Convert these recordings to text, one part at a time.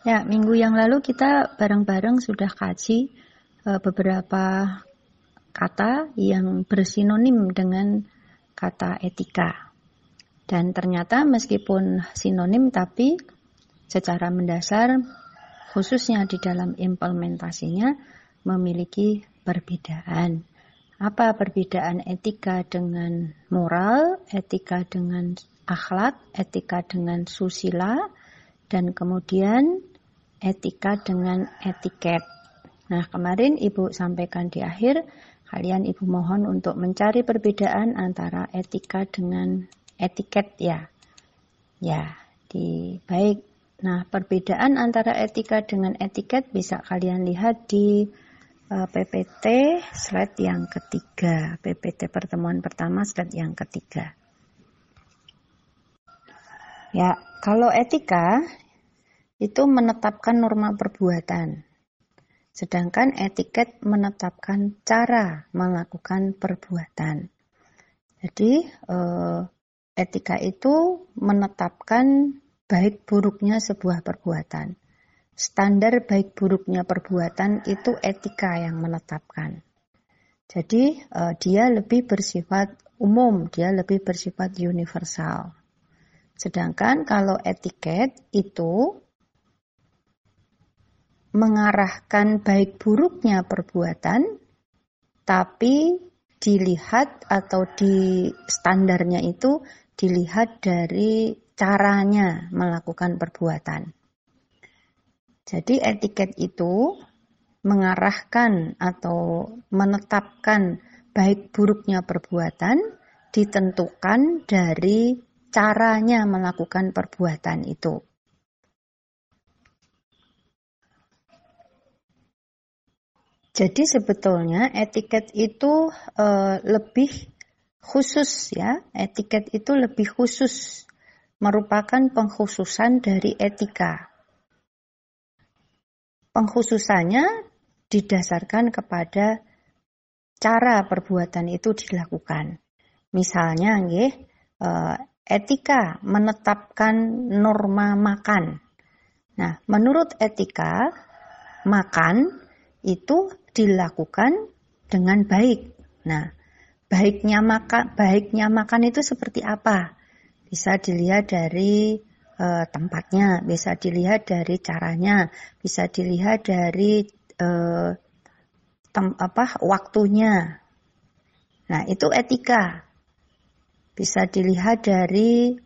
Ya, minggu yang lalu kita bareng-bareng sudah kaji beberapa kata yang bersinonim dengan kata etika. Dan ternyata meskipun sinonim tapi secara mendasar khususnya di dalam implementasinya memiliki perbedaan. Apa perbedaan etika dengan moral, etika dengan akhlak, etika dengan susila, dan kemudian etika dengan etiket. Nah, kemarin Ibu sampaikan di akhir, kalian Ibu mohon untuk mencari perbedaan antara etika dengan etiket ya. Ya, baik. Nah, perbedaan antara etika dengan etiket bisa kalian lihat di PPT slide yang ketiga. PPT pertemuan pertama slide yang ketiga. Ya, kalau etika itu menetapkan norma perbuatan. Sedangkan etiket menetapkan cara melakukan perbuatan. Jadi etika itu menetapkan baik buruknya sebuah perbuatan. Standar baik buruknya perbuatan itu etika yang menetapkan. Jadi dia lebih bersifat umum, dia lebih bersifat universal. Sedangkan kalau etiket itu mengarahkan baik buruknya perbuatan, tapi dilihat atau di standarnya itu dilihat dari caranya melakukan perbuatan. Jadi etiket itu mengarahkan atau menetapkan baik buruknya perbuatan ditentukan dari caranya melakukan perbuatan itu. Jadi sebetulnya etiket itu lebih khusus ya, etiket itu lebih khusus, merupakan pengkhususan dari etika. Pengkhususannya didasarkan kepada cara perbuatan itu dilakukan. Misalnya etika menetapkan norma makan. Nah, menurut etika, makan itu dilakukan dengan baik. Nah, baiknya makan itu seperti apa? Bisa dilihat dari tempatnya, bisa dilihat dari caranya, bisa dilihat dari waktunya. Nah, itu etika. Bisa dilihat dari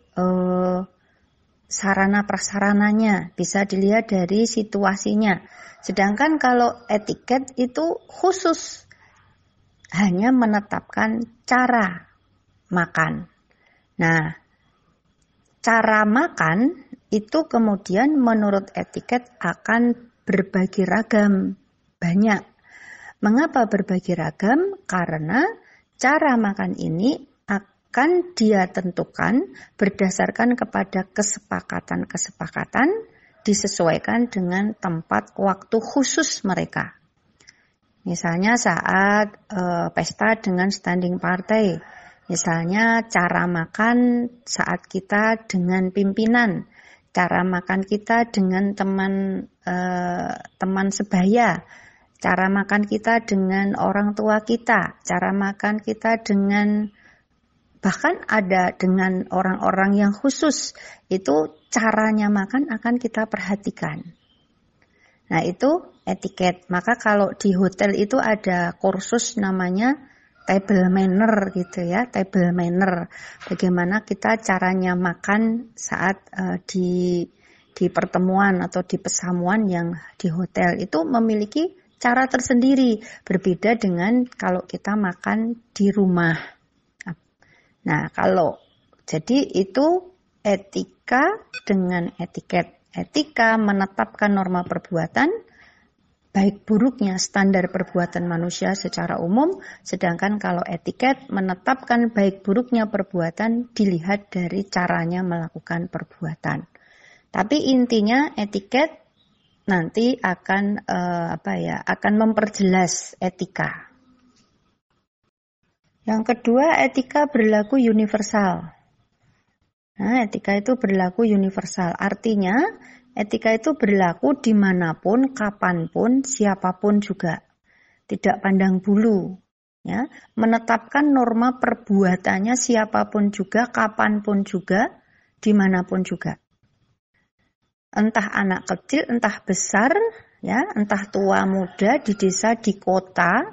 sarana prasarananya, bisa dilihat dari situasinya. Sedangkan kalau etiket itu khusus, hanya menetapkan cara makan. Nah, cara makan itu kemudian menurut etiket akan berbagi ragam, banyak. Mengapa berbagi ragam? Karena cara makan ini akan dia tentukan berdasarkan kepada kesepakatan-kesepakatan disesuaikan dengan tempat waktu khusus mereka. Misalnya saat pesta dengan standing party, misalnya cara makan saat kita dengan pimpinan, cara makan kita dengan teman sebaya, cara makan kita dengan orang tua kita, cara makan kita dengan bahkan ada dengan orang-orang yang khusus, itu caranya makan akan kita perhatikan. Nah, itu etiket. Maka kalau di hotel itu ada kursus namanya table manner gitu ya, table manner. Bagaimana kita caranya makan saat di pertemuan atau di pesamuan yang di hotel itu memiliki cara tersendiri, berbeda dengan kalau kita makan di rumah. Nah, jadi itu etika dengan etiket. Etika menetapkan norma perbuatan, baik buruknya standar perbuatan manusia secara umum, sedangkan kalau etiket menetapkan baik buruknya perbuatan dilihat dari caranya melakukan perbuatan. Tapi intinya etiket nanti akan akan memperjelas etika. Yang kedua, etika berlaku universal. Nah, etika itu berlaku universal. Artinya, Etika itu berlaku dimanapun, kapanpun, siapapun juga. Tidak pandang bulu. Ya, menetapkan norma perbuatannya siapapun juga, kapanpun juga, dimanapun juga. Entah anak kecil, entah besar, ya, entah tua muda, di desa, di kota,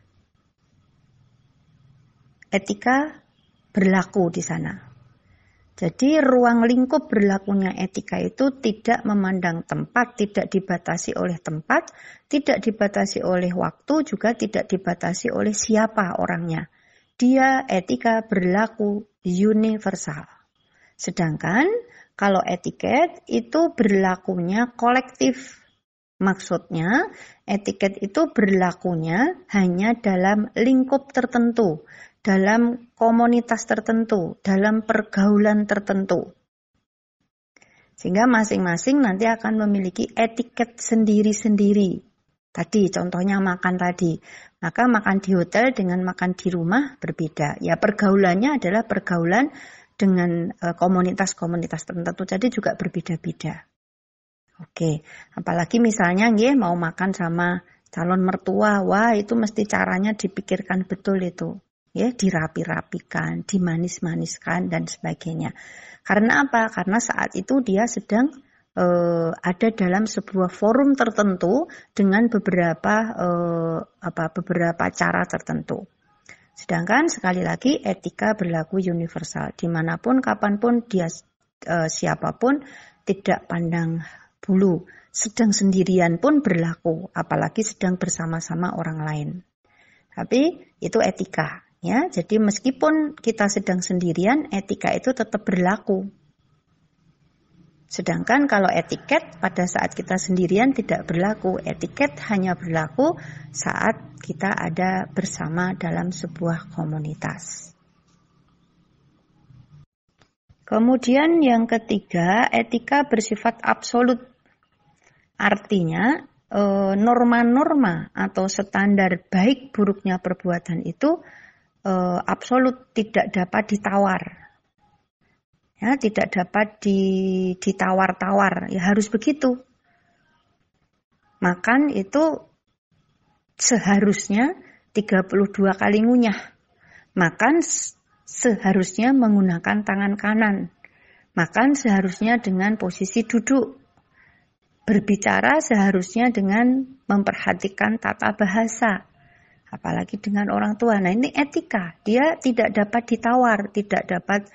etika berlaku di sana. Jadi ruang lingkup berlakunya etika itu tidak memandang tempat, tidak dibatasi oleh tempat, tidak dibatasi oleh waktu, juga tidak dibatasi oleh siapa orangnya. Dia etika berlaku universal. Sedangkan kalau etiket itu berlakunya kolektif. Maksudnya etiket itu berlakunya hanya dalam lingkup tertentu, dalam komunitas tertentu, dalam pergaulan tertentu. Sehingga masing-masing nanti akan memiliki etiket sendiri-sendiri. Tadi contohnya makan tadi. Maka makan di hotel dengan makan di rumah berbeda. Ya pergaulannya adalah pergaulan dengan komunitas-komunitas tertentu. Jadi juga berbeda-beda. Oke, apalagi misalnya mau makan sama calon mertua. Wah itu mesti caranya dipikirkan betul itu. Ya, dirapi-rapikan, dimanis-maniskan dan sebagainya. Karena apa? Karena saat itu dia sedang ada dalam sebuah forum tertentu dengan beberapa cara tertentu. Sedangkan sekali lagi etika berlaku universal, dimanapun, kapanpun, dia siapapun, tidak pandang bulu. Sedang sendirian pun berlaku, apalagi sedang bersama-sama orang lain. Tapi itu etika. Ya, jadi meskipun kita sedang sendirian, etika itu tetap berlaku. Sedangkan kalau etiket pada saat kita sendirian tidak berlaku. Etiket hanya berlaku saat kita ada bersama dalam sebuah komunitas. Kemudian yang ketiga, etika bersifat absolut. Artinya norma-norma atau standar baik buruknya perbuatan itu absolut, tidak dapat ditawar, ya, tidak dapat ditawar-tawar, ya harus begitu. Makan itu seharusnya 32 kali ngunyah, makan seharusnya menggunakan tangan kanan, makan seharusnya dengan posisi duduk, berbicara seharusnya dengan memperhatikan tata bahasa. Apalagi dengan orang tua. Nah ini etika. Dia tidak dapat ditawar, tidak dapat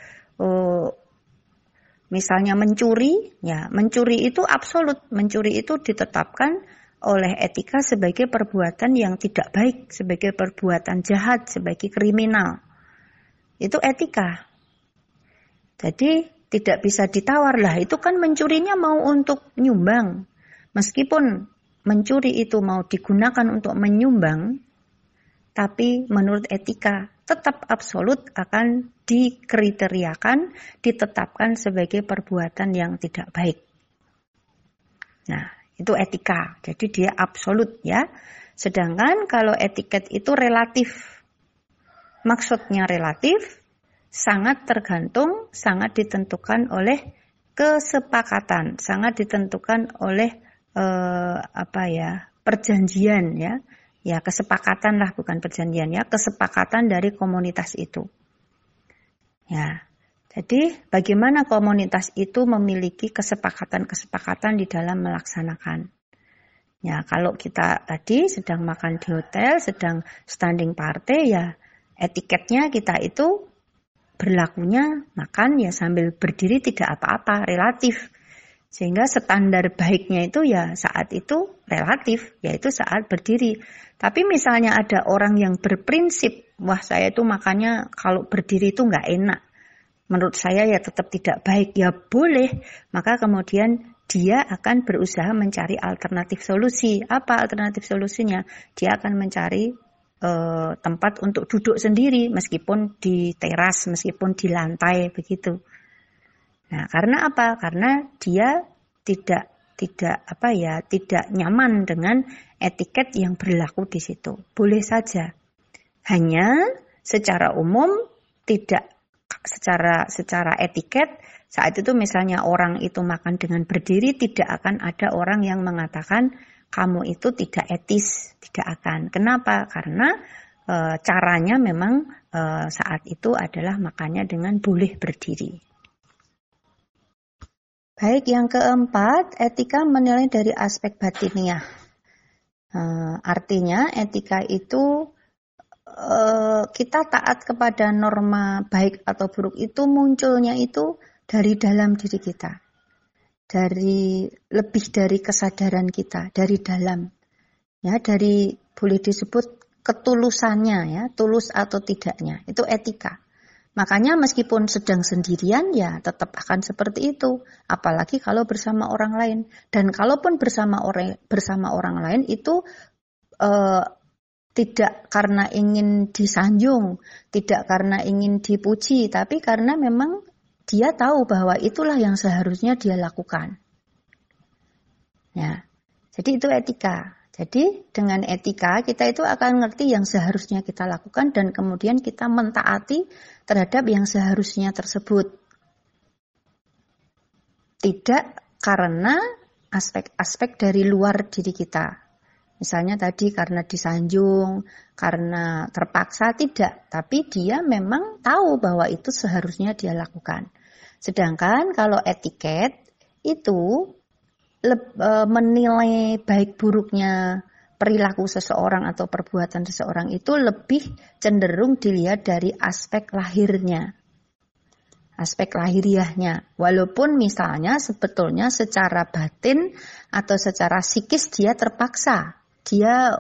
misalnya mencuri. Ya, mencuri itu absolut. Mencuri itu ditetapkan oleh etika sebagai perbuatan yang tidak baik, sebagai perbuatan jahat, sebagai kriminal. Itu etika. Jadi tidak bisa ditawar lah. Itu kan mencurinya mau untuk nyumbang. Meskipun mencuri itu mau digunakan untuk menyumbang, tapi menurut etika tetap absolut akan dikriteriakan, ditetapkan sebagai perbuatan yang tidak baik. Nah, itu etika. Jadi dia absolut ya. Sedangkan kalau etiket itu relatif. Maksudnya relatif, sangat tergantung, sangat ditentukan oleh kesepakatan, sangat ditentukan oleh perjanjian ya. Ya kesepakatan lah, bukan perjanjian ya, kesepakatan dari komunitas itu. Ya, jadi bagaimana komunitas itu memiliki kesepakatan-kesepakatan di dalam melaksanakan. Ya kalau kita tadi sedang makan di hotel, sedang standing party ya etiketnya kita itu berlakunya makan ya sambil berdiri tidak apa-apa, relatif. Sehingga standar baiknya itu ya saat itu relatif, yaitu saat berdiri. Tapi misalnya ada orang yang berprinsip, wah saya itu makannya kalau berdiri itu nggak enak. Menurut saya ya tetap tidak baik, ya boleh. Maka kemudian dia akan berusaha mencari alternatif solusi. Apa alternatif solusinya? Dia akan mencari tempat untuk duduk sendiri, meskipun di teras, meskipun di lantai begitu. Nah, karena apa? Karena dia tidak nyaman dengan etiket yang berlaku di situ. Boleh saja. Hanya secara umum tidak secara etiket saat itu misalnya orang itu makan dengan berdiri, tidak akan ada orang yang mengatakan kamu itu tidak etis, tidak akan. Kenapa? Karena caranya memang saat itu adalah makannya dengan boleh berdiri. Baik, yang keempat, etika menilai dari aspek batiniah. Artinya etika itu kita taat kepada norma baik atau buruk itu munculnya itu dari dalam diri kita. Lebih dari kesadaran kita, dari dalam. Ya, dari boleh disebut ketulusannya ya, tulus atau tidaknya. Itu etika. Makanya meskipun sedang sendirian ya tetap akan seperti itu. Apalagi kalau bersama orang lain. Dan kalaupun bersama orang lain itu tidak karena ingin disanjung, tidak karena ingin dipuji, tapi karena memang dia tahu bahwa itulah yang seharusnya dia lakukan. Ya, jadi itu etika. Jadi dengan etika kita itu akan ngerti yang seharusnya kita lakukan dan kemudian kita mentaati terhadap yang seharusnya tersebut. Tidak karena aspek-aspek dari luar diri kita. Misalnya tadi karena disanjung, karena terpaksa, tidak. Tapi dia memang tahu bahwa itu seharusnya dia lakukan. Sedangkan kalau etiket itu menilai baik buruknya perilaku seseorang atau perbuatan seseorang itu lebih cenderung dilihat dari aspek lahirnya, aspek lahiriahnya. Walaupun misalnya sebetulnya secara batin atau secara psikis dia terpaksa, dia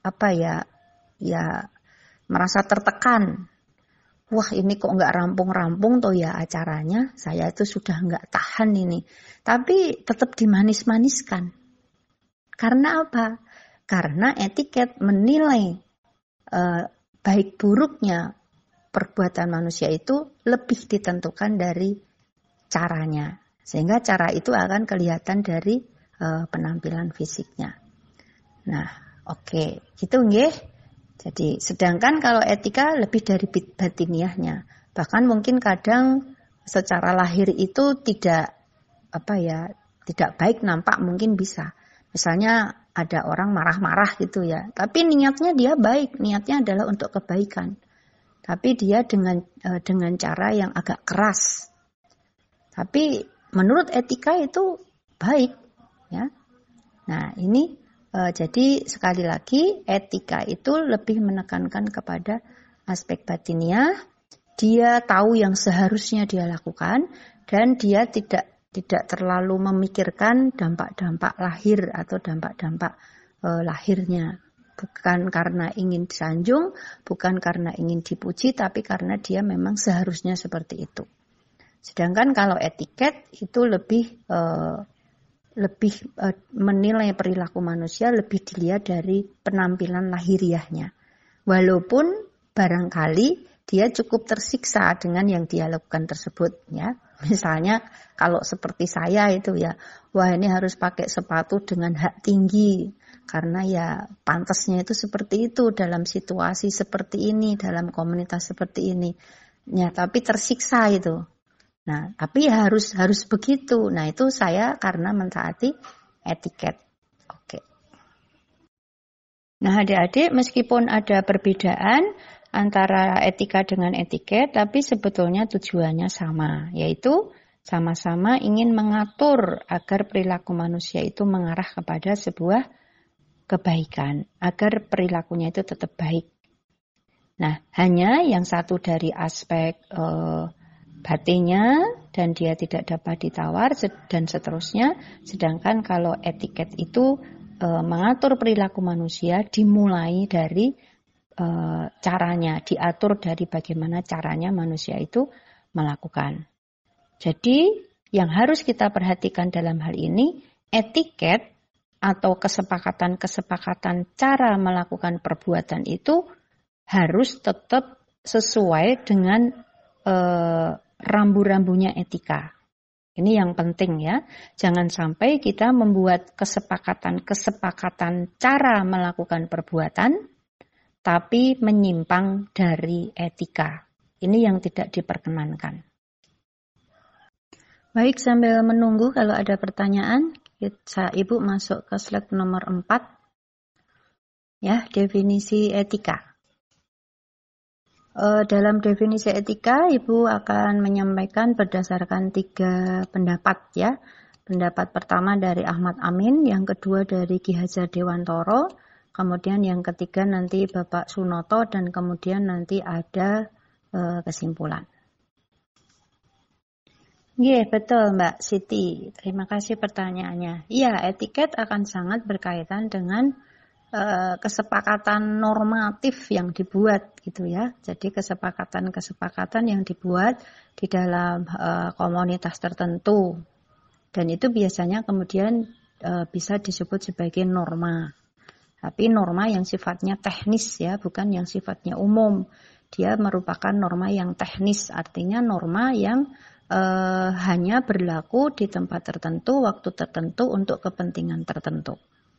merasa tertekan. Wah, ini kok nggak rampung-rampung toh ya acaranya, saya itu sudah nggak tahan ini. Tapi tetap dimanis-maniskan. Karena apa? Karena etiket menilai baik buruknya perbuatan manusia itu lebih ditentukan dari caranya. Sehingga cara itu akan kelihatan dari penampilan fisiknya. Nah, oke, gitu nggih. Jadi, sedangkan kalau etika lebih dari batiniahnya. Bahkan mungkin kadang secara lahir itu tidak baik nampak mungkin bisa. Misalnya ada orang marah-marah gitu ya. Tapi niatnya dia baik, niatnya adalah untuk kebaikan. Tapi dia dengan cara yang agak keras. Tapi menurut etika itu baik, ya. Nah, ini jadi sekali lagi etika itu lebih menekankan kepada aspek batiniah. Dia tahu yang seharusnya dia lakukan dan dia tidak terlalu memikirkan dampak-dampak lahir atau dampak-dampak lahirnya. Bukan karena ingin disanjung, bukan karena ingin dipuji, tapi karena dia memang seharusnya seperti itu. Sedangkan kalau etiket itu lebih menilai perilaku manusia lebih dilihat dari penampilan lahiriahnya. Walaupun barangkali dia cukup tersiksa dengan yang dia lakukan tersebut, ya. Misalnya kalau seperti saya itu ya, wah ini harus pakai sepatu dengan hak tinggi karena ya pantasnya itu seperti itu dalam situasi seperti ini, dalam komunitas seperti ini. Ya, tapi tersiksa itu. Nah, tapi harus begitu. Nah, itu saya karena mentaati etiket. Oke. Nah, adik-adik, meskipun ada perbedaan antara etika dengan etiket, tapi sebetulnya tujuannya sama, yaitu sama-sama ingin mengatur agar perilaku manusia itu mengarah kepada sebuah kebaikan, agar perilakunya itu tetap baik. Nah, hanya yang satu dari aspek batinnya dan dia tidak dapat ditawar dan seterusnya. Sedangkan kalau etiket itu mengatur perilaku manusia dimulai dari caranya, diatur dari bagaimana caranya manusia itu melakukan. Jadi yang harus kita perhatikan dalam hal ini etiket atau kesepakatan-kesepakatan cara melakukan perbuatan itu harus tetap sesuai dengan rambu-rambunya etika. Ini yang penting ya. Jangan sampai kita membuat kesepakatan-kesepakatan cara melakukan perbuatan, tapi menyimpang dari etika. Ini yang tidak diperkenankan. Baik, sambil menunggu kalau ada pertanyaan, Ibu masuk ke slide nomor 4. Ya, definisi etika. Dalam definisi etika, Ibu akan menyampaikan berdasarkan 3 pendapat ya. Pendapat pertama dari Ahmad Amin, yang kedua dari Ki Hajar Dewantoro, kemudian yang ketiga nanti Bapak Sunoto, dan kemudian nanti ada kesimpulan. Iya, betul Mbak Siti. Terima kasih pertanyaannya. Iya, etiket akan sangat berkaitan dengan kesepakatan normatif yang dibuat gitu ya. Jadi kesepakatan-kesepakatan yang dibuat di dalam komunitas tertentu. Dan itu biasanya kemudian bisa disebut sebagai norma. Tapi norma yang sifatnya teknis ya, bukan yang sifatnya umum. Dia merupakan norma yang teknis, artinya norma yang hanya berlaku di tempat tertentu, waktu tertentu, untuk kepentingan tertentu.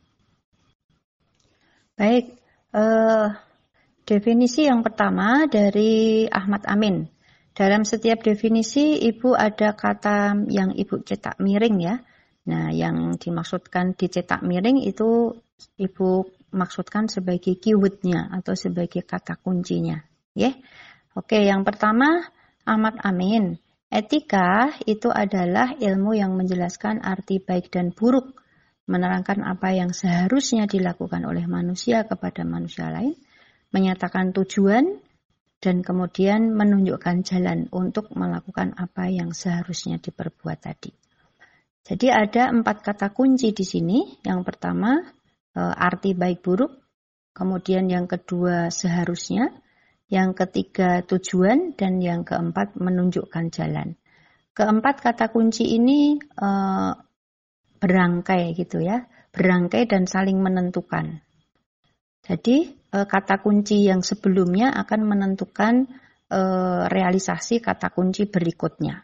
Baik, definisi yang pertama dari Ahmad Amin. Dalam setiap definisi Ibu ada kata yang Ibu cetak miring ya. Nah, yang dimaksudkan dicetak miring itu Ibu maksudkan sebagai keyword-nya atau sebagai kata kuncinya. Ya. Oke, yang pertama Ahmad Amin. Etika itu adalah ilmu yang menjelaskan arti baik dan buruk, menerangkan apa yang seharusnya dilakukan oleh manusia kepada manusia lain, menyatakan tujuan, dan kemudian menunjukkan jalan untuk melakukan apa yang seharusnya diperbuat tadi. Jadi ada 4 kata kunci di sini. Yang pertama, arti baik buruk, kemudian yang kedua seharusnya, yang ketiga tujuan, dan yang keempat menunjukkan jalan. Keempat kata kunci ini berangkai gitu ya, berangkai dan saling menentukan. Jadi kata kunci yang sebelumnya akan menentukan realisasi kata kunci berikutnya.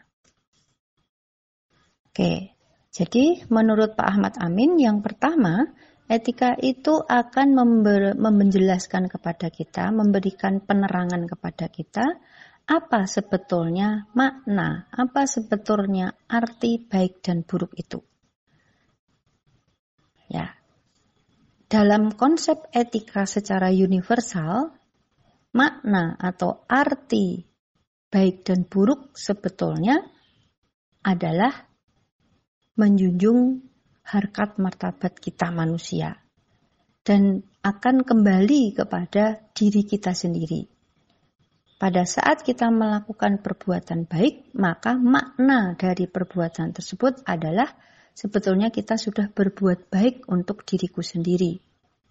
Oke, jadi menurut Pak Ahmad Amin yang pertama, etika itu akan menjelaskan kepada kita, memberikan penerangan kepada kita, apa sebetulnya makna, apa sebetulnya arti baik dan buruk itu. Ya, dalam konsep etika secara universal, makna atau arti baik dan buruk sebetulnya adalah menjunjung harkat martabat kita manusia dan akan kembali kepada diri kita sendiri. Pada saat kita melakukan perbuatan baik, maka makna dari perbuatan tersebut adalah sebetulnya kita sudah berbuat baik untuk diriku sendiri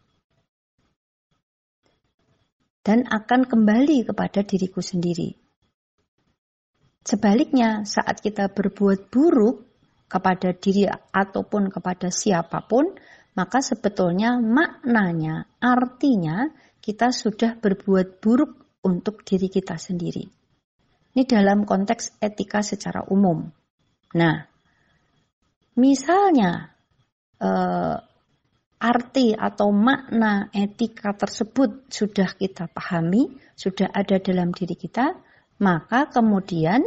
dan akan kembali kepada diriku sendiri. Sebaliknya, saat kita berbuat buruk kepada diri ataupun kepada siapapun, maka sebetulnya maknanya, artinya kita sudah berbuat buruk untuk diri kita sendiri. Ini dalam konteks etika secara umum. Nah, misalnya arti atau makna etika tersebut sudah kita pahami, sudah ada dalam diri kita, maka kemudian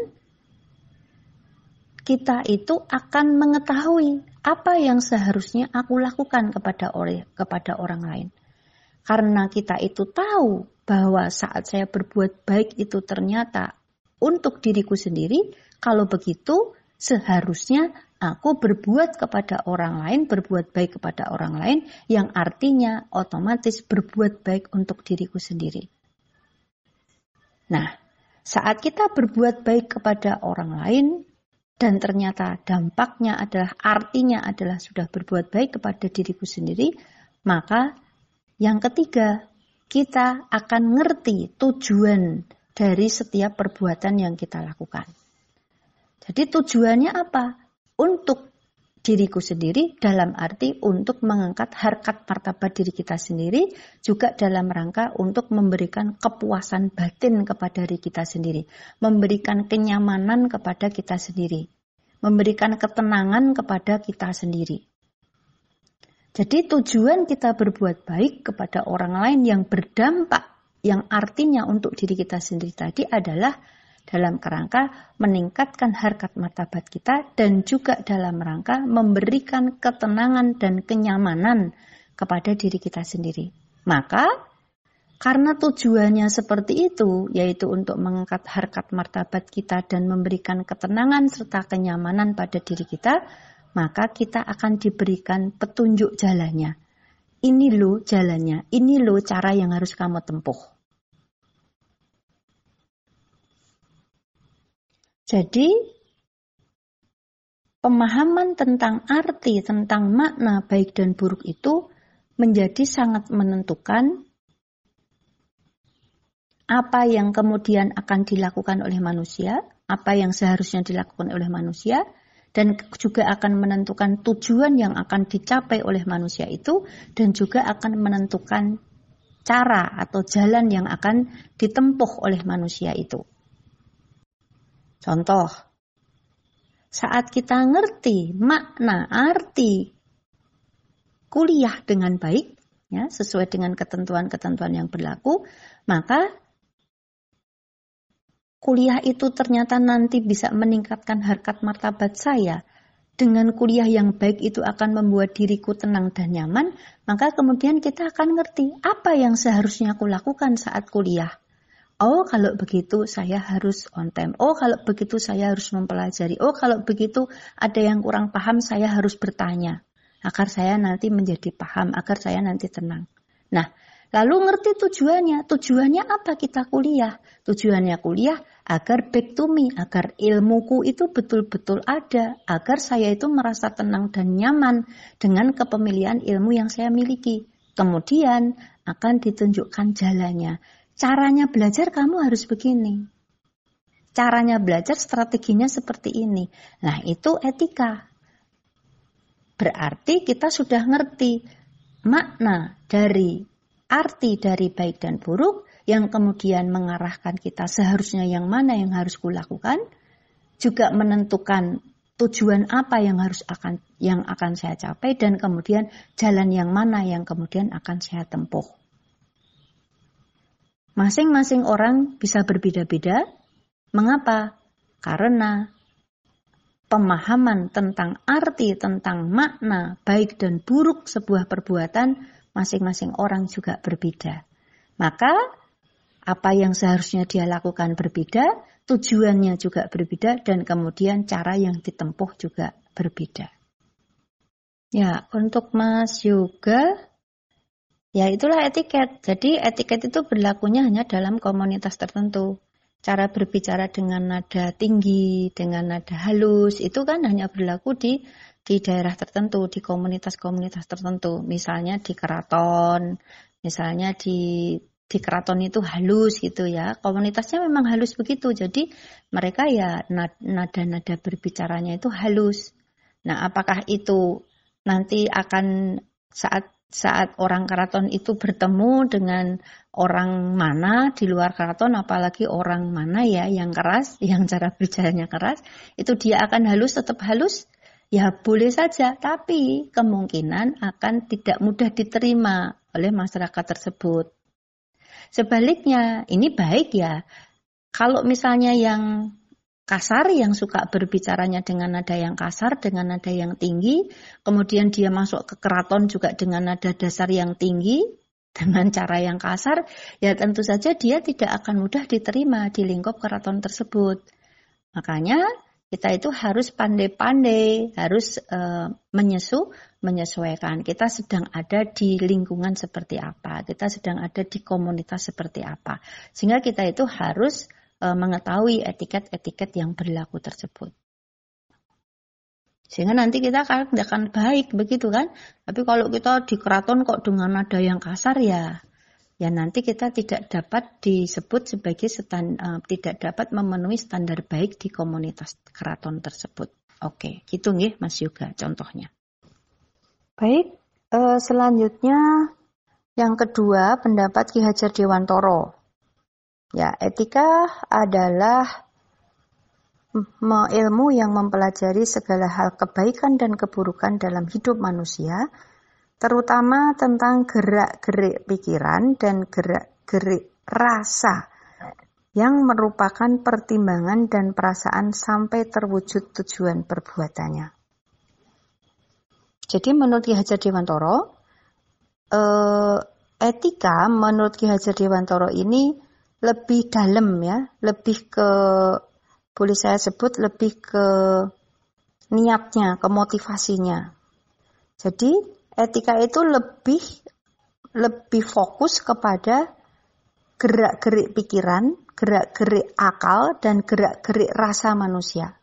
kita itu akan mengetahui apa yang seharusnya aku lakukan kepada orang lain. Karena kita itu tahu bahwa saat saya berbuat baik itu ternyata untuk diriku sendiri, kalau begitu seharusnya aku berbuat kepada orang lain, berbuat baik kepada orang lain, yang artinya otomatis berbuat baik untuk diriku sendiri. Nah, saat kita berbuat baik kepada orang lain, dan ternyata dampaknya adalah, artinya adalah sudah berbuat baik kepada diriku sendiri, maka yang ketiga, kita akan ngerti tujuan dari setiap perbuatan yang kita lakukan. Jadi tujuannya apa? Untuk diriku sendiri, dalam arti untuk mengangkat harkat martabat diri kita sendiri, juga dalam rangka untuk memberikan kepuasan batin kepada diri kita sendiri, memberikan kenyamanan kepada kita sendiri, memberikan ketenangan kepada kita sendiri. Jadi tujuan kita berbuat baik kepada orang lain yang berdampak yang artinya untuk diri kita sendiri tadi adalah dalam kerangka meningkatkan harkat martabat kita dan juga dalam rangka memberikan ketenangan dan kenyamanan kepada diri kita sendiri. Maka karena tujuannya seperti itu, yaitu untuk mengangkat harkat martabat kita dan memberikan ketenangan serta kenyamanan pada diri kita, maka kita akan diberikan petunjuk jalannya. Ini loh jalannya, ini loh cara yang harus kamu tempuh. Jadi, pemahaman tentang arti, tentang makna baik dan buruk itu menjadi sangat menentukan apa yang kemudian akan dilakukan oleh manusia, apa yang seharusnya dilakukan oleh manusia, dan juga akan menentukan tujuan yang akan dicapai oleh manusia itu, dan juga akan menentukan cara atau jalan yang akan ditempuh oleh manusia itu. Contoh, saat kita ngerti makna arti kuliah dengan baik, ya, sesuai dengan ketentuan-ketentuan yang berlaku, maka kuliah itu ternyata nanti bisa meningkatkan harkat martabat saya. Dengan kuliah yang baik itu akan membuat diriku tenang dan nyaman, maka kemudian kita akan ngerti apa yang seharusnya aku lakukan saat kuliah. Oh, kalau begitu saya harus on time. Oh, kalau begitu saya harus mempelajari. Oh, kalau begitu ada yang kurang paham saya harus bertanya. Agar saya nanti menjadi paham, agar saya nanti tenang. Nah, lalu ngerti tujuannya. Tujuannya apa kita kuliah? Tujuannya kuliah agar back to me, agar ilmuku itu betul-betul ada, agar saya itu merasa tenang dan nyaman dengan kepemilian ilmu yang saya miliki. Kemudian akan ditunjukkan jalannya. Caranya belajar kamu harus begini. Caranya belajar strateginya seperti ini. Nah, itu etika. Berarti kita sudah ngerti makna dari arti dari baik dan buruk yang kemudian mengarahkan kita seharusnya yang mana yang harus kulakukan, juga menentukan tujuan apa yang akan saya capai dan kemudian jalan yang mana yang kemudian akan saya tempuh. Masing-masing orang bisa berbeda-beda. Mengapa? Karena pemahaman tentang arti, tentang makna baik dan buruk sebuah perbuatan masing-masing orang juga berbeda. Maka apa yang seharusnya dia lakukan berbeda, tujuannya juga berbeda, dan kemudian cara yang ditempuh juga berbeda. Ya, untuk Mas Yoga, ya itulah etiket. Jadi etiket itu berlakunya hanya dalam komunitas tertentu. Cara berbicara dengan nada tinggi, dengan nada halus, itu kan hanya berlaku di daerah tertentu, di komunitas-komunitas tertentu. Misalnya di keraton, misalnya di keraton itu halus gitu ya. Komunitasnya memang halus begitu. Jadi mereka ya nada-nada berbicaranya itu halus. Nah, apakah itu nanti akan saat orang keraton itu bertemu dengan orang mana di luar keraton, apalagi orang mana ya yang keras, yang cara bicaranya keras, itu dia akan halus, tetap halus? Ya boleh saja, tapi kemungkinan akan tidak mudah diterima oleh masyarakat tersebut. Sebaliknya, ini baik ya. Kalau misalnya yang kasar, yang suka berbicaranya dengan nada yang kasar, dengan nada yang tinggi, kemudian dia masuk ke keraton juga dengan nada dasar yang tinggi, dengan cara yang kasar, ya tentu saja dia tidak akan mudah diterima di lingkup keraton tersebut. Makanya kita itu harus pandai-pandai, harus menyesuaikan. Kita sedang ada di lingkungan seperti apa, kita sedang ada di komunitas seperti apa. Sehingga kita itu harus mengetahui etiket-etiket yang berlaku tersebut. Sehingga nanti kita akan baik, begitu kan? Tapi kalau kita di keraton kok dengan nada yang kasar ya nanti kita tidak dapat disebut sebagai tidak dapat memenuhi standar baik di komunitas keraton tersebut. Oke, gitu nggih Mas Yoga contohnya. Baik, selanjutnya yang kedua pendapat Ki Hajar Dewantoro. Ya, etika adalah ilmu yang mempelajari segala hal kebaikan dan keburukan dalam hidup manusia, terutama tentang gerak-gerik pikiran dan gerak-gerik rasa yang merupakan pertimbangan dan perasaan sampai terwujud tujuan perbuatannya. Jadi menurut Ki Hajar Dewantoro, etika menurut Ki Hajar Dewantoro ini lebih dalam ya, lebih ke, boleh saya sebut lebih ke niatnya, ke motivasinya. Jadi etika itu lebih fokus kepada gerak-gerik pikiran, gerak-gerik akal, dan gerak-gerik rasa manusia.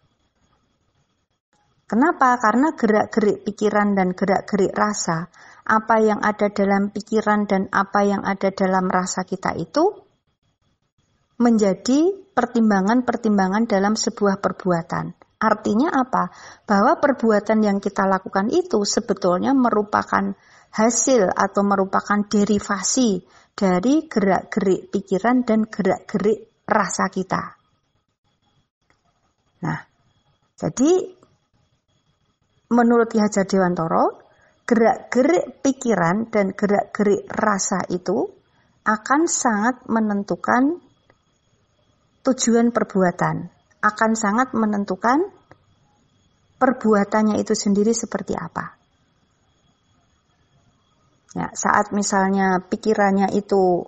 Kenapa? Karena gerak-gerik pikiran dan gerak-gerik rasa, apa yang ada dalam pikiran dan apa yang ada dalam rasa kita itu menjadi pertimbangan-pertimbangan dalam sebuah perbuatan. Artinya apa? Bahwa perbuatan yang kita lakukan itu sebetulnya merupakan hasil atau merupakan derivasi dari gerak-gerik pikiran dan gerak-gerik rasa kita. Nah, jadi menurut Ki Hajar Dewantoro, gerak-gerik pikiran dan gerak-gerik rasa itu akan sangat menentukan tujuan perbuatan, akan sangat menentukan perbuatannya itu sendiri seperti apa. Ya, saat misalnya pikirannya itu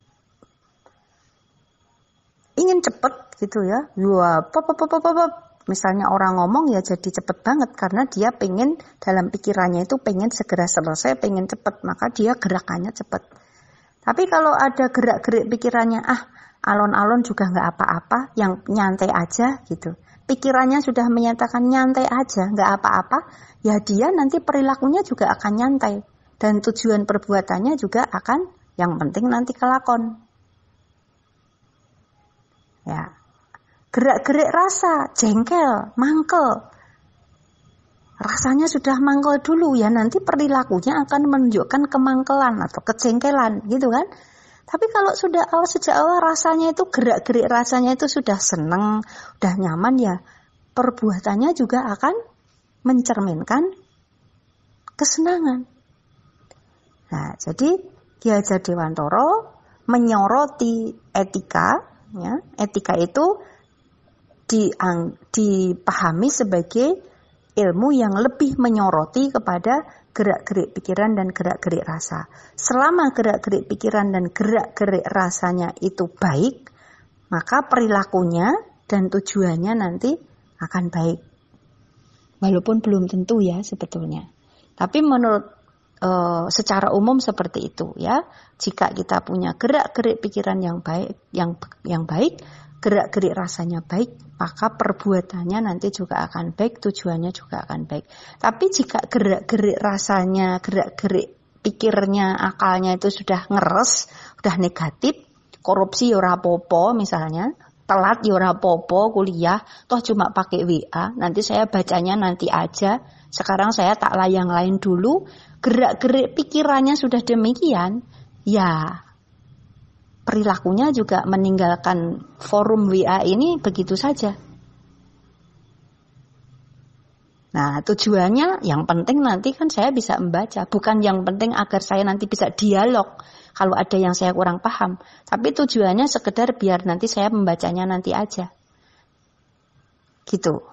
ingin cepat gitu ya, misalnya orang ngomong ya jadi cepat banget karena dia pengen dalam pikirannya itu pengen segera selesai, pengen cepat, maka dia gerakannya cepat. Tapi kalau ada gerak-gerik pikirannya, alon-alon juga nggak apa-apa, yang nyantai aja gitu. Pikirannya sudah menyatakan nyantai aja, nggak apa-apa, ya dia nanti perilakunya juga akan nyantai. Dan tujuan perbuatannya juga akan, yang penting nanti kelakon. Ya, gerak-gerik rasa, jengkel, mangkel. Rasanya sudah mangkel dulu, ya nanti perilakunya akan menunjukkan kemangkelan atau kejengkelan, gitu kan. Tapi kalau sudah sejak awal rasanya itu gerak-gerik rasanya itu sudah senang, sudah nyaman, ya perbuatannya juga akan mencerminkan kesenangan. Nah, jadi Ki Hajar Dewantoro menyoroti etika, ya. Etika itu dipahami sebagai ilmu yang lebih menyoroti kepada gerak-gerik pikiran dan gerak-gerik rasa. Selama gerak-gerik pikiran dan gerak-gerik rasanya itu baik, maka perilakunya dan tujuannya nanti akan baik. Walaupun belum tentu ya sebetulnya. Tapi menurut secara umum seperti itu ya. Jika kita punya gerak-gerik pikiran yang baik, yang baik, gerak-gerik rasanya baik, maka perbuatannya nanti juga akan baik, tujuannya juga akan baik. Tapi jika gerak-gerik rasanya, gerak-gerik pikirnya, akalnya itu sudah ngeres, sudah negatif, korupsi ya ora apa-apa misalnya, telat ya ora apa-apa kuliah, toh cuma pakai WA, nanti saya bacanya nanti aja, sekarang saya tak layang-layang dulu, gerak-gerik pikirannya sudah demikian, ya perilakunya juga meninggalkan forum WA ini begitu saja. Nah, tujuannya yang penting nanti kan saya bisa membaca, bukan yang penting agar saya nanti bisa dialog kalau ada yang saya kurang paham. Tapi tujuannya sekedar biar nanti saya membacanya nanti aja. Gitu.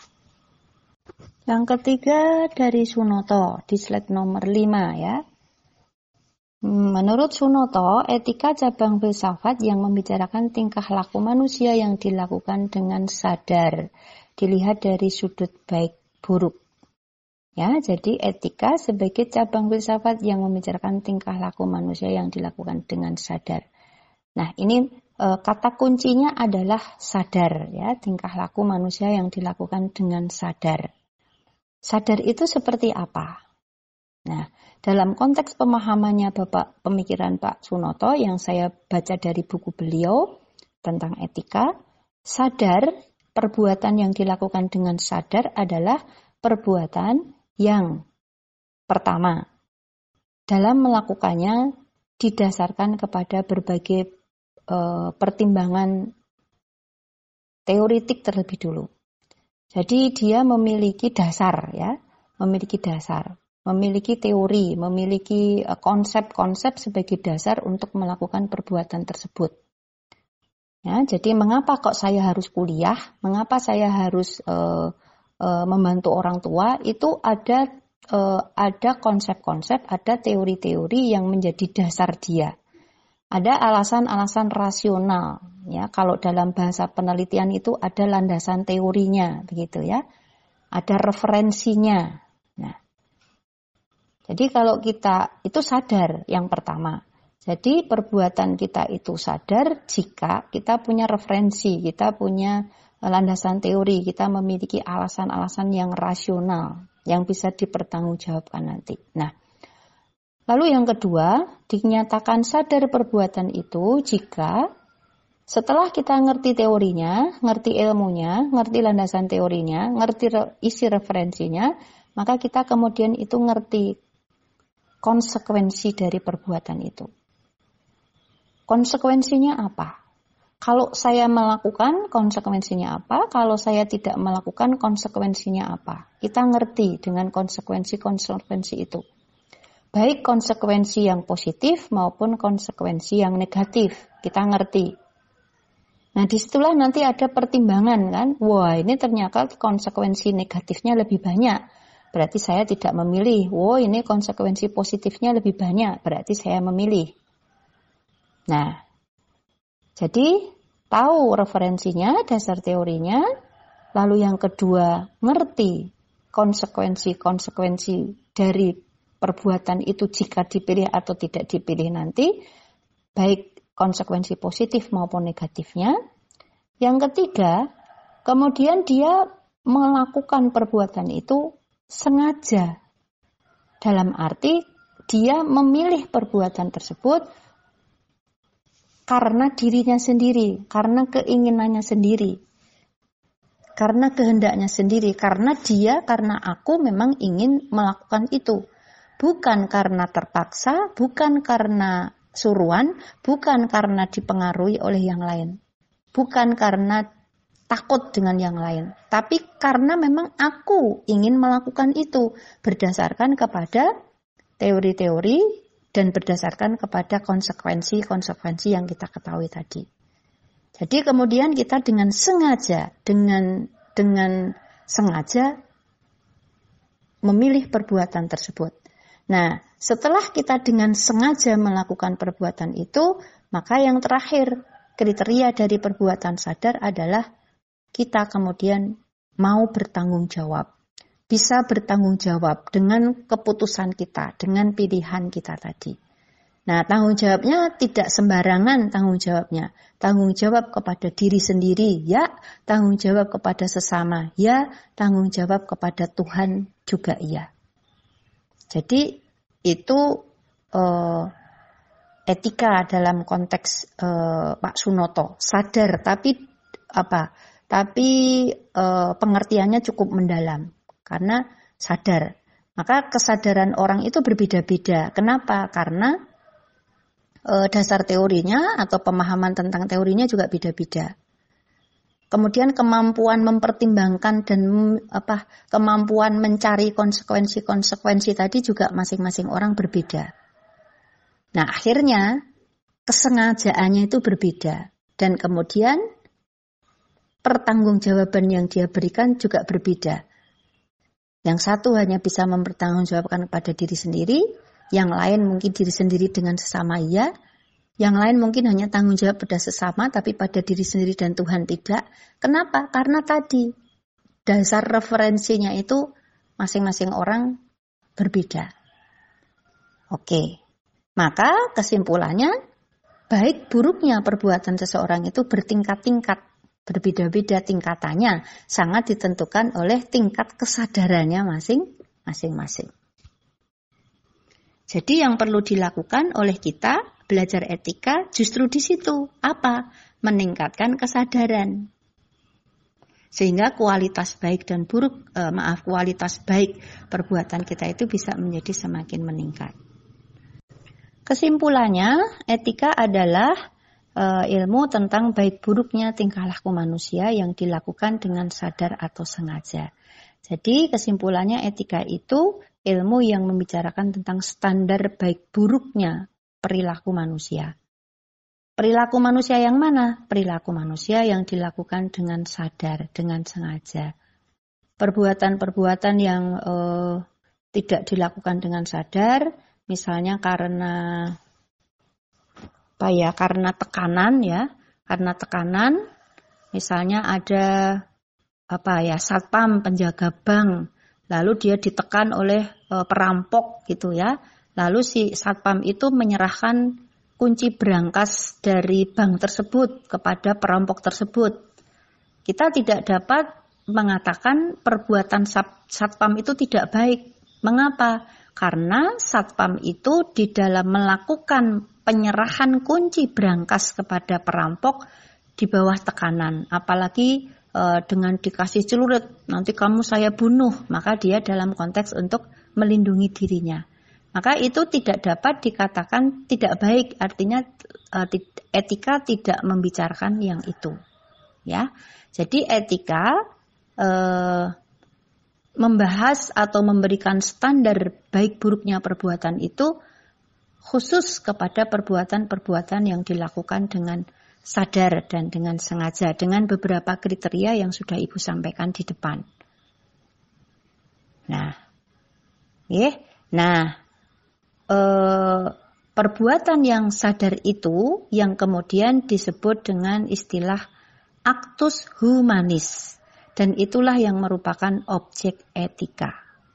Yang ketiga dari Sunoto di slide nomor 5 ya. Menurut Sunoto, etika cabang filsafat yang membicarakan tingkah laku manusia yang dilakukan dengan sadar, dilihat dari sudut baik buruk. Ya, jadi etika sebagai cabang filsafat yang membicarakan tingkah laku manusia yang dilakukan dengan sadar. Nah, ini kata kuncinya adalah sadar ya, tingkah laku manusia yang dilakukan dengan sadar. Sadar itu seperti apa? Nah, dalam konteks pemahamannya Bapak pemikiran Pak Sunoto yang saya baca dari buku beliau tentang etika, sadar, perbuatan yang dilakukan dengan sadar adalah perbuatan yang pertama, dalam melakukannya didasarkan kepada berbagai pertimbangan teoritik terlebih dulu. Jadi dia memiliki dasar ya, memiliki dasar. memiliki teori, memiliki konsep-konsep sebagai dasar untuk melakukan perbuatan tersebut. Ya, jadi mengapa kok saya harus kuliah? Mengapa saya harus membantu orang tua? Itu ada konsep-konsep, ada teori-teori yang menjadi dasar dia. Ada alasan-alasan rasional, ya. Kalau dalam bahasa penelitian itu ada landasan teorinya, begitu ya. Ada referensinya. Nah, jadi kalau kita itu sadar yang pertama. Jadi perbuatan kita itu sadar jika kita punya referensi, kita punya landasan teori, kita memiliki alasan-alasan yang rasional, yang bisa dipertanggungjawabkan nanti. Nah, lalu yang kedua, dinyatakan sadar perbuatan itu jika setelah kita ngerti teorinya, ngerti ilmunya, ngerti landasan teorinya, ngerti isi referensinya, maka kita kemudian itu ngerti konsekuensi dari perbuatan itu. Konsekuensinya apa? Kalau saya melakukan, konsekuensinya apa? Kalau saya tidak melakukan, konsekuensinya apa? Kita ngerti dengan konsekuensi-konsekuensi itu. Baik konsekuensi yang positif maupun konsekuensi yang negatif. Kita ngerti. Nah, disitulah nanti ada pertimbangan kan. Wah, ini ternyata konsekuensi negatifnya lebih banyak. Berarti saya tidak memilih. Wah, ini konsekuensi positifnya lebih banyak. Berarti saya memilih. Nah, jadi tahu referensinya, dasar teorinya. Lalu yang kedua, ngerti konsekuensi-konsekuensi dari perbuatan itu jika dipilih atau tidak dipilih nanti, baik konsekuensi positif maupun negatifnya. Yang ketiga, kemudian dia melakukan perbuatan itu sengaja. Dalam arti dia memilih perbuatan tersebut karena dirinya sendiri, karena keinginannya sendiri, karena kehendaknya sendiri, karena aku memang ingin melakukan itu. Bukan karena terpaksa, bukan karena suruhan, bukan karena dipengaruhi oleh yang lain. Bukan karena takut dengan yang lain. Tapi karena memang aku ingin melakukan itu. Berdasarkan kepada teori-teori dan berdasarkan kepada konsekuensi-konsekuensi yang kita ketahui tadi. Jadi kemudian kita dengan sengaja, dengan sengaja memilih perbuatan tersebut. Nah, setelah kita dengan sengaja melakukan perbuatan itu, maka yang terakhir, kriteria dari perbuatan sadar adalah kita kemudian mau bertanggung jawab. Bisa bertanggung jawab dengan keputusan kita, dengan pilihan kita tadi. Nah, tanggung jawabnya tidak sembarangan tanggung jawabnya. Tanggung jawab kepada diri sendiri, ya. Tanggung jawab kepada sesama, ya. Tanggung jawab kepada Tuhan juga, ya. Jadi itu etika dalam konteks Pak Sunoto, sadar tapi pengertiannya cukup mendalam karena sadar. Maka kesadaran orang itu berbeda-beda. Kenapa? Karena dasar teorinya atau pemahaman tentang teorinya juga beda-beda. Kemudian kemampuan mempertimbangkan dan kemampuan mencari konsekuensi-konsekuensi tadi juga masing-masing orang berbeda. Nah, akhirnya kesengajaannya itu berbeda. Dan kemudian pertanggungjawaban yang dia berikan juga berbeda. Yang satu hanya bisa mempertanggungjawabkan kepada diri sendiri, yang lain mungkin diri sendiri dengan sesama ya, yang lain mungkin hanya tanggung jawab pada sesama, tapi pada diri sendiri dan Tuhan tidak. Kenapa? Karena tadi dasar referensinya itu masing-masing orang berbeda. Oke, maka kesimpulannya, baik buruknya perbuatan seseorang itu bertingkat-tingkat, berbeda-beda tingkatannya, sangat ditentukan oleh tingkat kesadarannya masing-masing. Jadi yang perlu dilakukan oleh kita belajar etika justru di situ. Apa? Meningkatkan kesadaran. Sehingga kualitas baik perbuatan kita itu bisa menjadi semakin meningkat. Kesimpulannya, etika adalah ilmu tentang baik buruknya tingkah laku manusia yang dilakukan dengan sadar atau sengaja. Jadi kesimpulannya etika itu ilmu yang membicarakan tentang standar baik buruknya perilaku manusia. Perilaku manusia yang mana? Perilaku manusia yang dilakukan dengan sadar, dengan sengaja. Perbuatan-perbuatan yang tidak dilakukan dengan sadar, misalnya karena tekanan ya, karena tekanan, misalnya ada satpam penjaga bank, lalu dia ditekan oleh perampok gitu ya, lalu si satpam itu menyerahkan kunci brankas dari bank tersebut kepada perampok tersebut. Kita tidak dapat mengatakan perbuatan satpam itu tidak baik. Mengapa? Karena satpam itu di dalam melakukan penyerahan kunci brankas kepada perampok di bawah tekanan. Apalagi dengan dikasih celurit, nanti kamu saya bunuh. Maka dia dalam konteks untuk melindungi dirinya. Maka itu tidak dapat dikatakan tidak baik, artinya etika tidak membicarakan yang itu. Ya, jadi etika membahas atau memberikan standar baik buruknya perbuatan itu khusus kepada perbuatan-perbuatan yang dilakukan dengan sadar dan dengan sengaja, dengan beberapa kriteria yang sudah Ibu sampaikan di depan. Perbuatan yang sadar itu yang kemudian disebut dengan istilah actus humanis, dan itulah yang merupakan objek etika.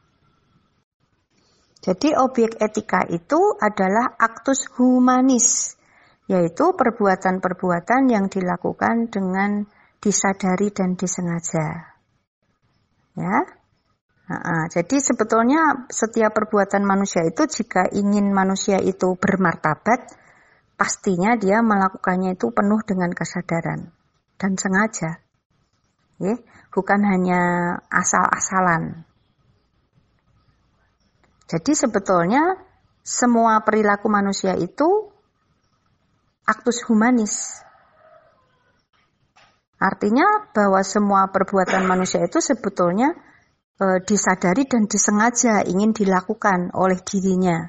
Jadi objek etika itu adalah actus humanis, yaitu perbuatan-perbuatan yang dilakukan dengan disadari dan disengaja. Ya. Jadi sebetulnya setiap perbuatan manusia itu jika ingin manusia itu bermartabat, pastinya dia melakukannya itu penuh dengan kesadaran dan sengaja. Bukan hanya asal-asalan. Jadi sebetulnya semua perilaku manusia itu actus humanis. Artinya bahwa semua perbuatan manusia itu sebetulnya disadari dan disengaja ingin dilakukan oleh dirinya.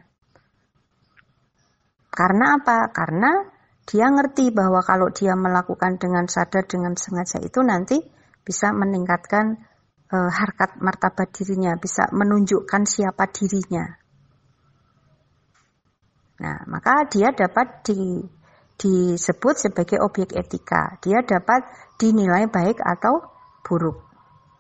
Karena apa? Karena dia ngerti bahwa kalau dia melakukan dengan sadar, dengan sengaja itu nanti bisa meningkatkan harkat martabat dirinya, bisa menunjukkan siapa dirinya. Nah, maka dia dapat disebut sebagai objek etika. Dia dapat dinilai baik atau buruk.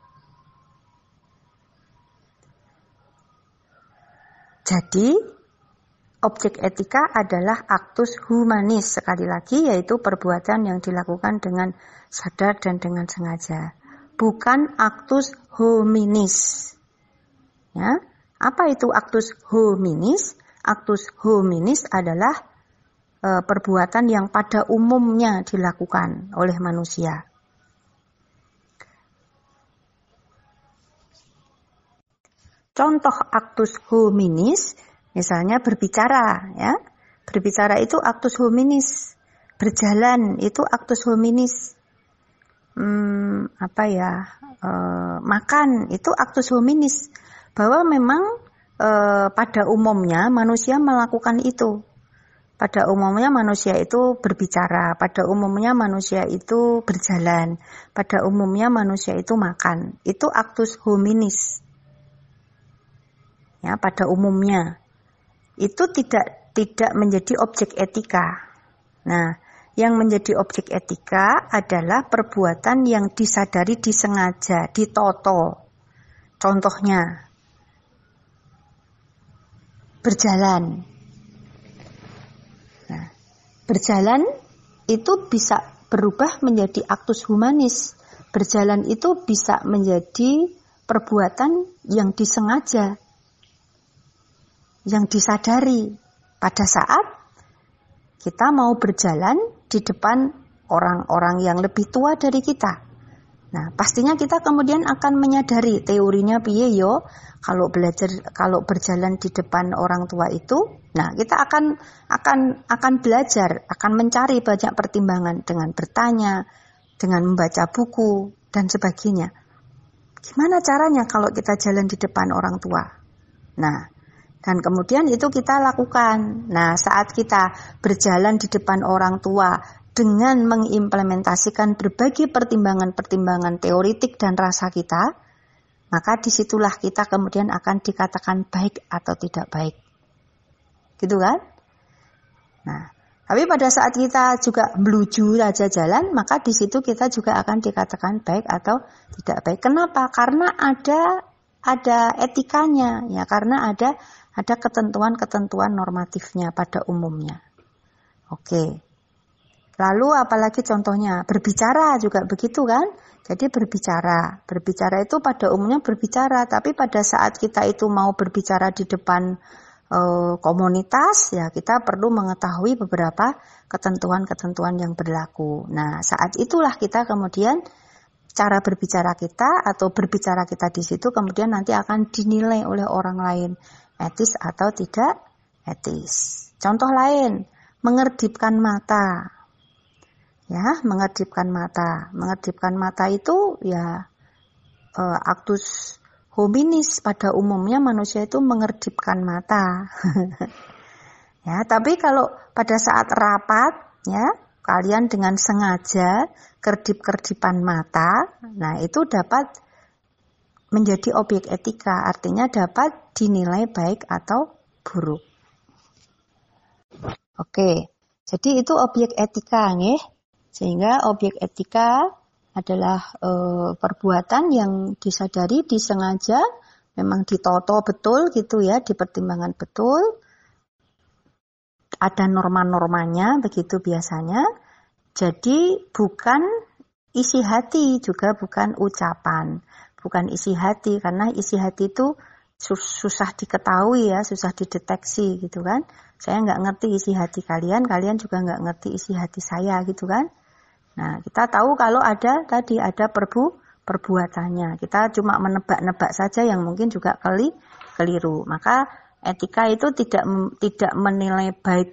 Jadi, objek etika adalah actus humanis, sekali lagi, yaitu perbuatan yang dilakukan dengan sadar dan dengan sengaja. Bukan actus hominis. Ya, apa itu actus hominis? Actus hominis adalah perbuatan yang pada umumnya dilakukan oleh manusia. Contoh actus hominis, misalnya berbicara, ya. Berbicara itu actus hominis. Berjalan itu actus hominis. Makan itu actus hominis. Bahwa memang pada umumnya manusia melakukan itu. Pada umumnya manusia itu berbicara, pada umumnya manusia itu berjalan, pada umumnya manusia itu makan. Itu actus hominis. Ya, pada umumnya itu tidak menjadi objek etika. Nah, yang menjadi objek etika adalah perbuatan yang disadari, disengaja, ditoto. Contohnya berjalan. Nah, berjalan itu bisa berubah menjadi actus humanis. Berjalan itu bisa menjadi perbuatan yang disengaja, yang disadari pada saat kita mau berjalan di depan orang-orang yang lebih tua dari kita. Nah, pastinya kita kemudian akan menyadari teorinya piye yo, kalau berjalan di depan orang tua itu, nah kita akan belajar, akan mencari banyak pertimbangan dengan bertanya, dengan membaca buku dan sebagainya. Gimana caranya kalau kita jalan di depan orang tua? Nah, dan kemudian itu kita lakukan. Nah, saat kita berjalan di depan orang tua dengan mengimplementasikan berbagai pertimbangan-pertimbangan teoritik dan rasa kita, maka disitulah kita kemudian akan dikatakan baik atau tidak baik. Gitu kan? Nah, tapi pada saat kita juga meluju saja jalan, maka di situ kita juga akan dikatakan baik atau tidak baik. Kenapa? Karena ada etikanya, ya, karena ada ketentuan-ketentuan normatifnya pada umumnya. Oke. Lalu apalagi contohnya, berbicara juga begitu kan? Jadi berbicara itu pada umumnya berbicara, tapi pada saat kita itu mau berbicara di depan komunitas, ya kita perlu mengetahui beberapa ketentuan-ketentuan yang berlaku. Nah, saat itulah kita kemudian cara berbicara kita atau berbicara kita di situ kemudian nanti akan dinilai oleh orang lain etis atau tidak etis. Contoh lain, mengerdipkan mata. Ya, mengerdipkan mata. Mengerdipkan mata itu ya aktus hominis, pada umumnya manusia itu mengerdipkan mata. Ya, tapi kalau pada saat rapat, ya, kalian dengan sengaja kedip-kedipan mata, nah itu dapat menjadi objek etika, artinya dapat dinilai baik atau buruk. Oke, jadi itu objek etika, nggih. Sehingga objek etika adalah perbuatan yang disadari, disengaja, memang ditoto betul gitu ya, dipertimbangkan betul. Ada norma-normanya begitu biasanya. Jadi bukan isi hati, juga bukan ucapan. Bukan isi hati, karena isi hati itu susah diketahui ya, susah dideteksi gitu kan. Saya nggak ngerti isi hati kalian, kalian juga nggak ngerti isi hati saya gitu kan. Nah, kita tahu kalau ada perbuatannya. Kita cuma menebak-nebak saja yang mungkin juga keliru. Maka etika itu tidak menilai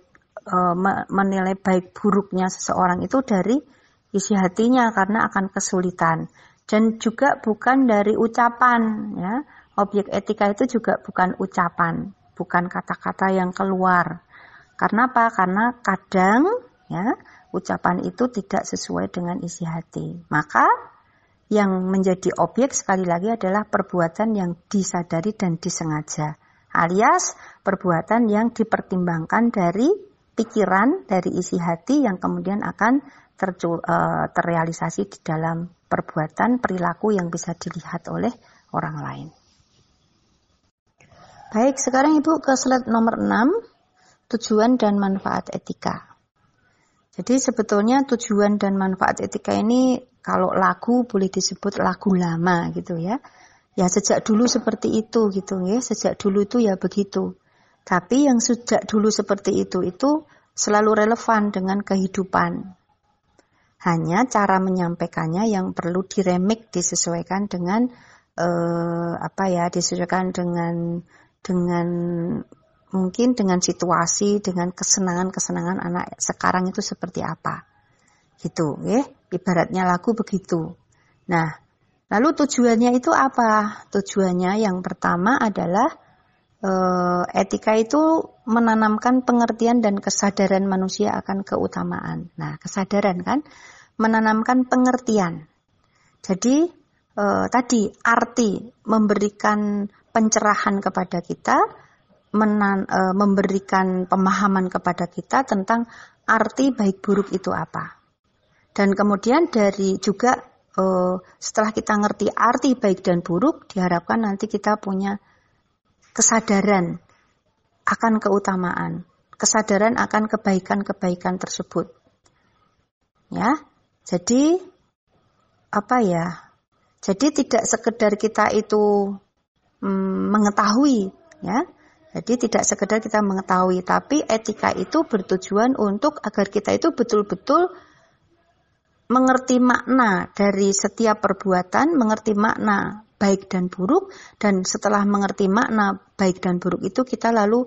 baik buruknya seseorang itu dari isi hatinya, karena akan kesulitan. Dan juga bukan dari ucapan, ya. Objek etika itu juga bukan ucapan, bukan kata-kata yang keluar. Karena apa? Karena kadang ya ucapan itu tidak sesuai dengan isi hati. Maka yang menjadi objek sekali lagi adalah perbuatan yang disadari dan disengaja. Alias perbuatan yang dipertimbangkan dari pikiran, dari isi hati yang kemudian akan terrealisasi di dalam perbuatan perilaku yang bisa dilihat oleh orang lain. Baik, sekarang Ibu ke slide nomor 6, tujuan dan manfaat etika. Jadi sebetulnya tujuan dan manfaat etika ini kalau lagu boleh disebut lagu lama gitu ya. Ya sejak dulu seperti itu gitu ya, sejak dulu itu ya begitu. Tapi yang sejak dulu seperti itu selalu relevan dengan kehidupan. Hanya cara menyampaikannya yang perlu diremik, disesuaikan dengan disesuaikan dengan mungkin dengan situasi, dengan kesenangan-kesenangan anak sekarang itu seperti apa. Gitu, ya. Ibaratnya lagu begitu. Nah, lalu tujuannya itu apa? Tujuannya yang pertama adalah etika itu menanamkan pengertian dan kesadaran manusia akan keutamaan. Nah, kesadaran kan menanamkan pengertian. Jadi tadi arti memberikan pencerahan kepada kita, memberikan pemahaman kepada kita tentang arti baik buruk itu apa. Dan kemudian dari juga setelah kita ngerti arti baik dan buruk, diharapkan nanti kita punya kesadaran akan keutamaan, kesadaran akan kebaikan-kebaikan tersebut. Ya. Jadi Jadi tidak sekedar kita itu mengetahui, ya. Jadi tidak sekedar kita mengetahui, tapi etika itu bertujuan untuk agar kita itu betul-betul mengerti makna dari setiap perbuatan, mengerti makna baik dan buruk, dan setelah mengerti makna baik dan buruk itu kita lalu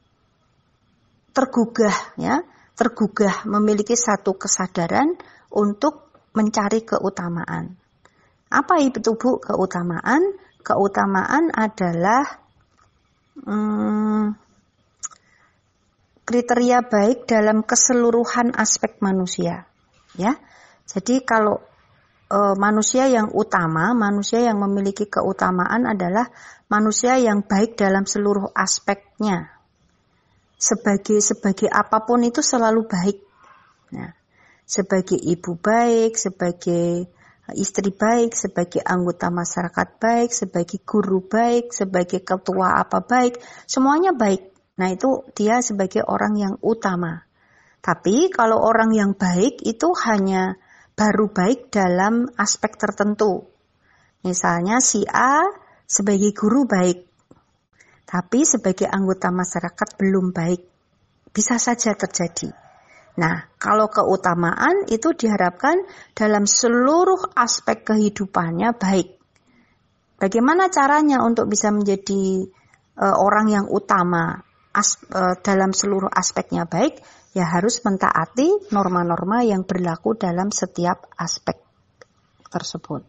tergugah memiliki satu kesadaran untuk mencari keutamaan. Apa itu Bu keutamaan? Keutamaan adalah kriteria baik dalam keseluruhan aspek manusia, ya. Jadi kalau manusia yang utama, manusia yang memiliki keutamaan adalah manusia yang baik dalam seluruh aspeknya. Sebagai apapun itu selalu baik. Nah, sebagai ibu baik, sebagai istri baik, sebagai anggota masyarakat baik, sebagai guru baik, sebagai ketua apa baik, semuanya baik. Nah, itu dia sebagai orang yang utama. Tapi kalau orang yang baik itu hanya baru baik dalam aspek tertentu. Misalnya si A sebagai guru baik, tapi sebagai anggota masyarakat belum baik. Bisa saja terjadi. Nah, kalau keutamaan itu diharapkan dalam seluruh aspek kehidupannya baik. Bagaimana caranya untuk bisa menjadi orang yang utama dalam seluruh aspeknya baik? Ya harus mentaati norma-norma yang berlaku dalam setiap aspek tersebut.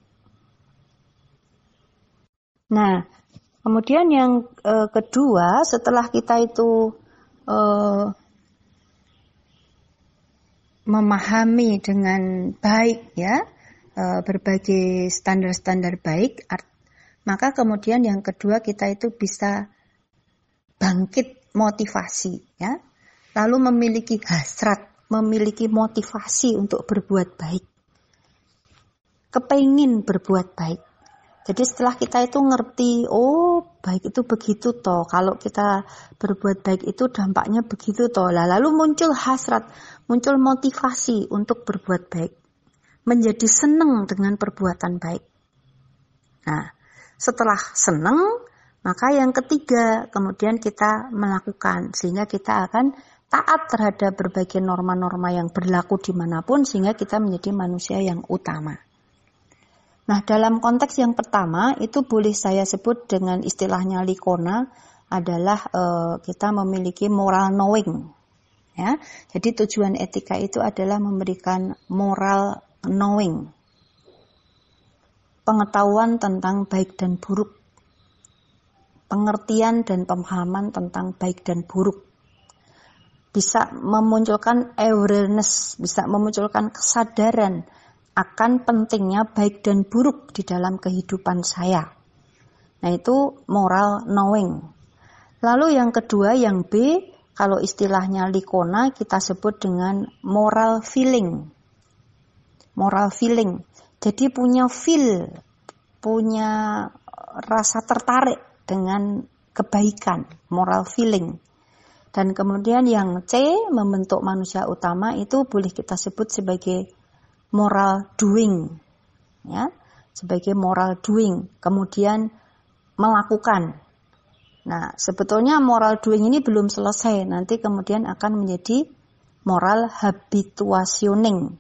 Nah, kemudian yang kedua, setelah kita itu memahami dengan baik ya berbagai standar-standar baik, maka kemudian yang kedua kita itu bisa bangkit motivasi ya. Lalu memiliki hasrat, memiliki motivasi untuk berbuat baik. Kepengin berbuat baik. Jadi setelah kita itu ngerti, oh baik itu begitu toh. Kalau kita berbuat baik itu dampaknya begitu toh. Lalu muncul hasrat, muncul motivasi untuk berbuat baik. Menjadi senang dengan perbuatan baik. Nah, setelah senang, maka yang ketiga kemudian kita melakukan. Sehingga kita akan taat terhadap berbagai norma-norma yang berlaku dimanapun sehingga kita menjadi manusia yang utama. Nah, dalam konteks yang pertama itu boleh saya sebut dengan istilahnya Likona adalah kita memiliki moral knowing. Ya, jadi tujuan etika itu adalah memberikan moral knowing, pengetahuan tentang baik dan buruk, pengertian dan pemahaman tentang baik dan buruk. Bisa memunculkan awareness, bisa memunculkan kesadaran akan pentingnya baik dan buruk di dalam kehidupan saya. Nah, itu moral knowing. Lalu yang kedua, yang B, kalau istilahnya Likona kita sebut dengan moral feeling. Moral feeling. Jadi punya feel, punya rasa tertarik dengan kebaikan, moral feeling. Dan kemudian yang C, membentuk manusia utama itu boleh kita sebut sebagai moral doing. Ya, sebagai moral doing. Kemudian melakukan. Nah, sebetulnya moral doing ini belum selesai. Nanti kemudian akan menjadi moral habituationing.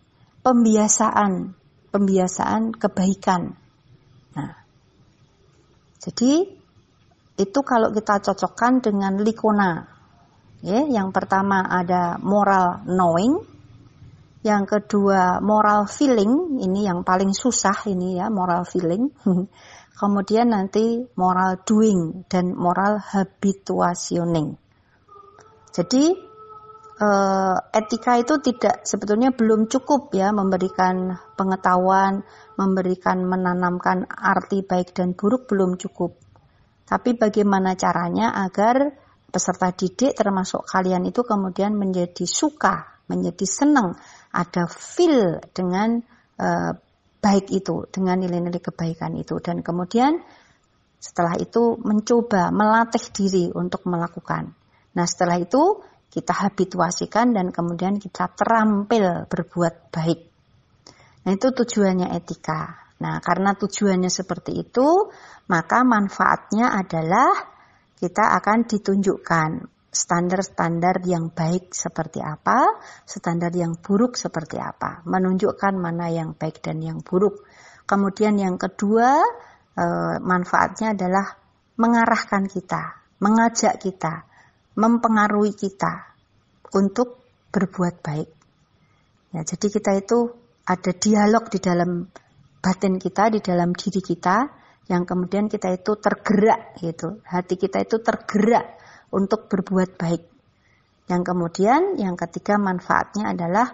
Pembiasaan kebaikan. Nah, jadi itu kalau kita cocokkan dengan Likona. Ya, yang pertama ada moral knowing, yang kedua moral feeling, ini yang paling susah ini ya, moral feeling. Kemudian nanti moral doing dan moral habituationing. Jadi etika itu tidak sebetulnya belum cukup ya memberikan pengetahuan, menanamkan arti baik dan buruk belum cukup. Tapi bagaimana caranya agar peserta didik termasuk kalian itu kemudian menjadi suka, menjadi senang, ada feel dengan baik itu, dengan nilai-nilai kebaikan itu. Dan kemudian setelah itu mencoba, melatih diri untuk melakukan. Nah, setelah itu kita habituasikan dan kemudian kita terampil berbuat baik. Nah, itu tujuannya etika. Nah, karena tujuannya seperti itu, maka manfaatnya adalah kita akan ditunjukkan standar-standar yang baik seperti apa, standar yang buruk seperti apa, menunjukkan mana yang baik dan yang buruk. Kemudian yang kedua, manfaatnya adalah mengarahkan kita, mengajak kita, mempengaruhi kita untuk berbuat baik. Ya, jadi kita itu ada dialog di dalam batin kita, di dalam diri kita, yang kemudian kita itu tergerak gitu. Hati kita itu tergerak untuk berbuat baik. Yang kemudian yang ketiga manfaatnya adalah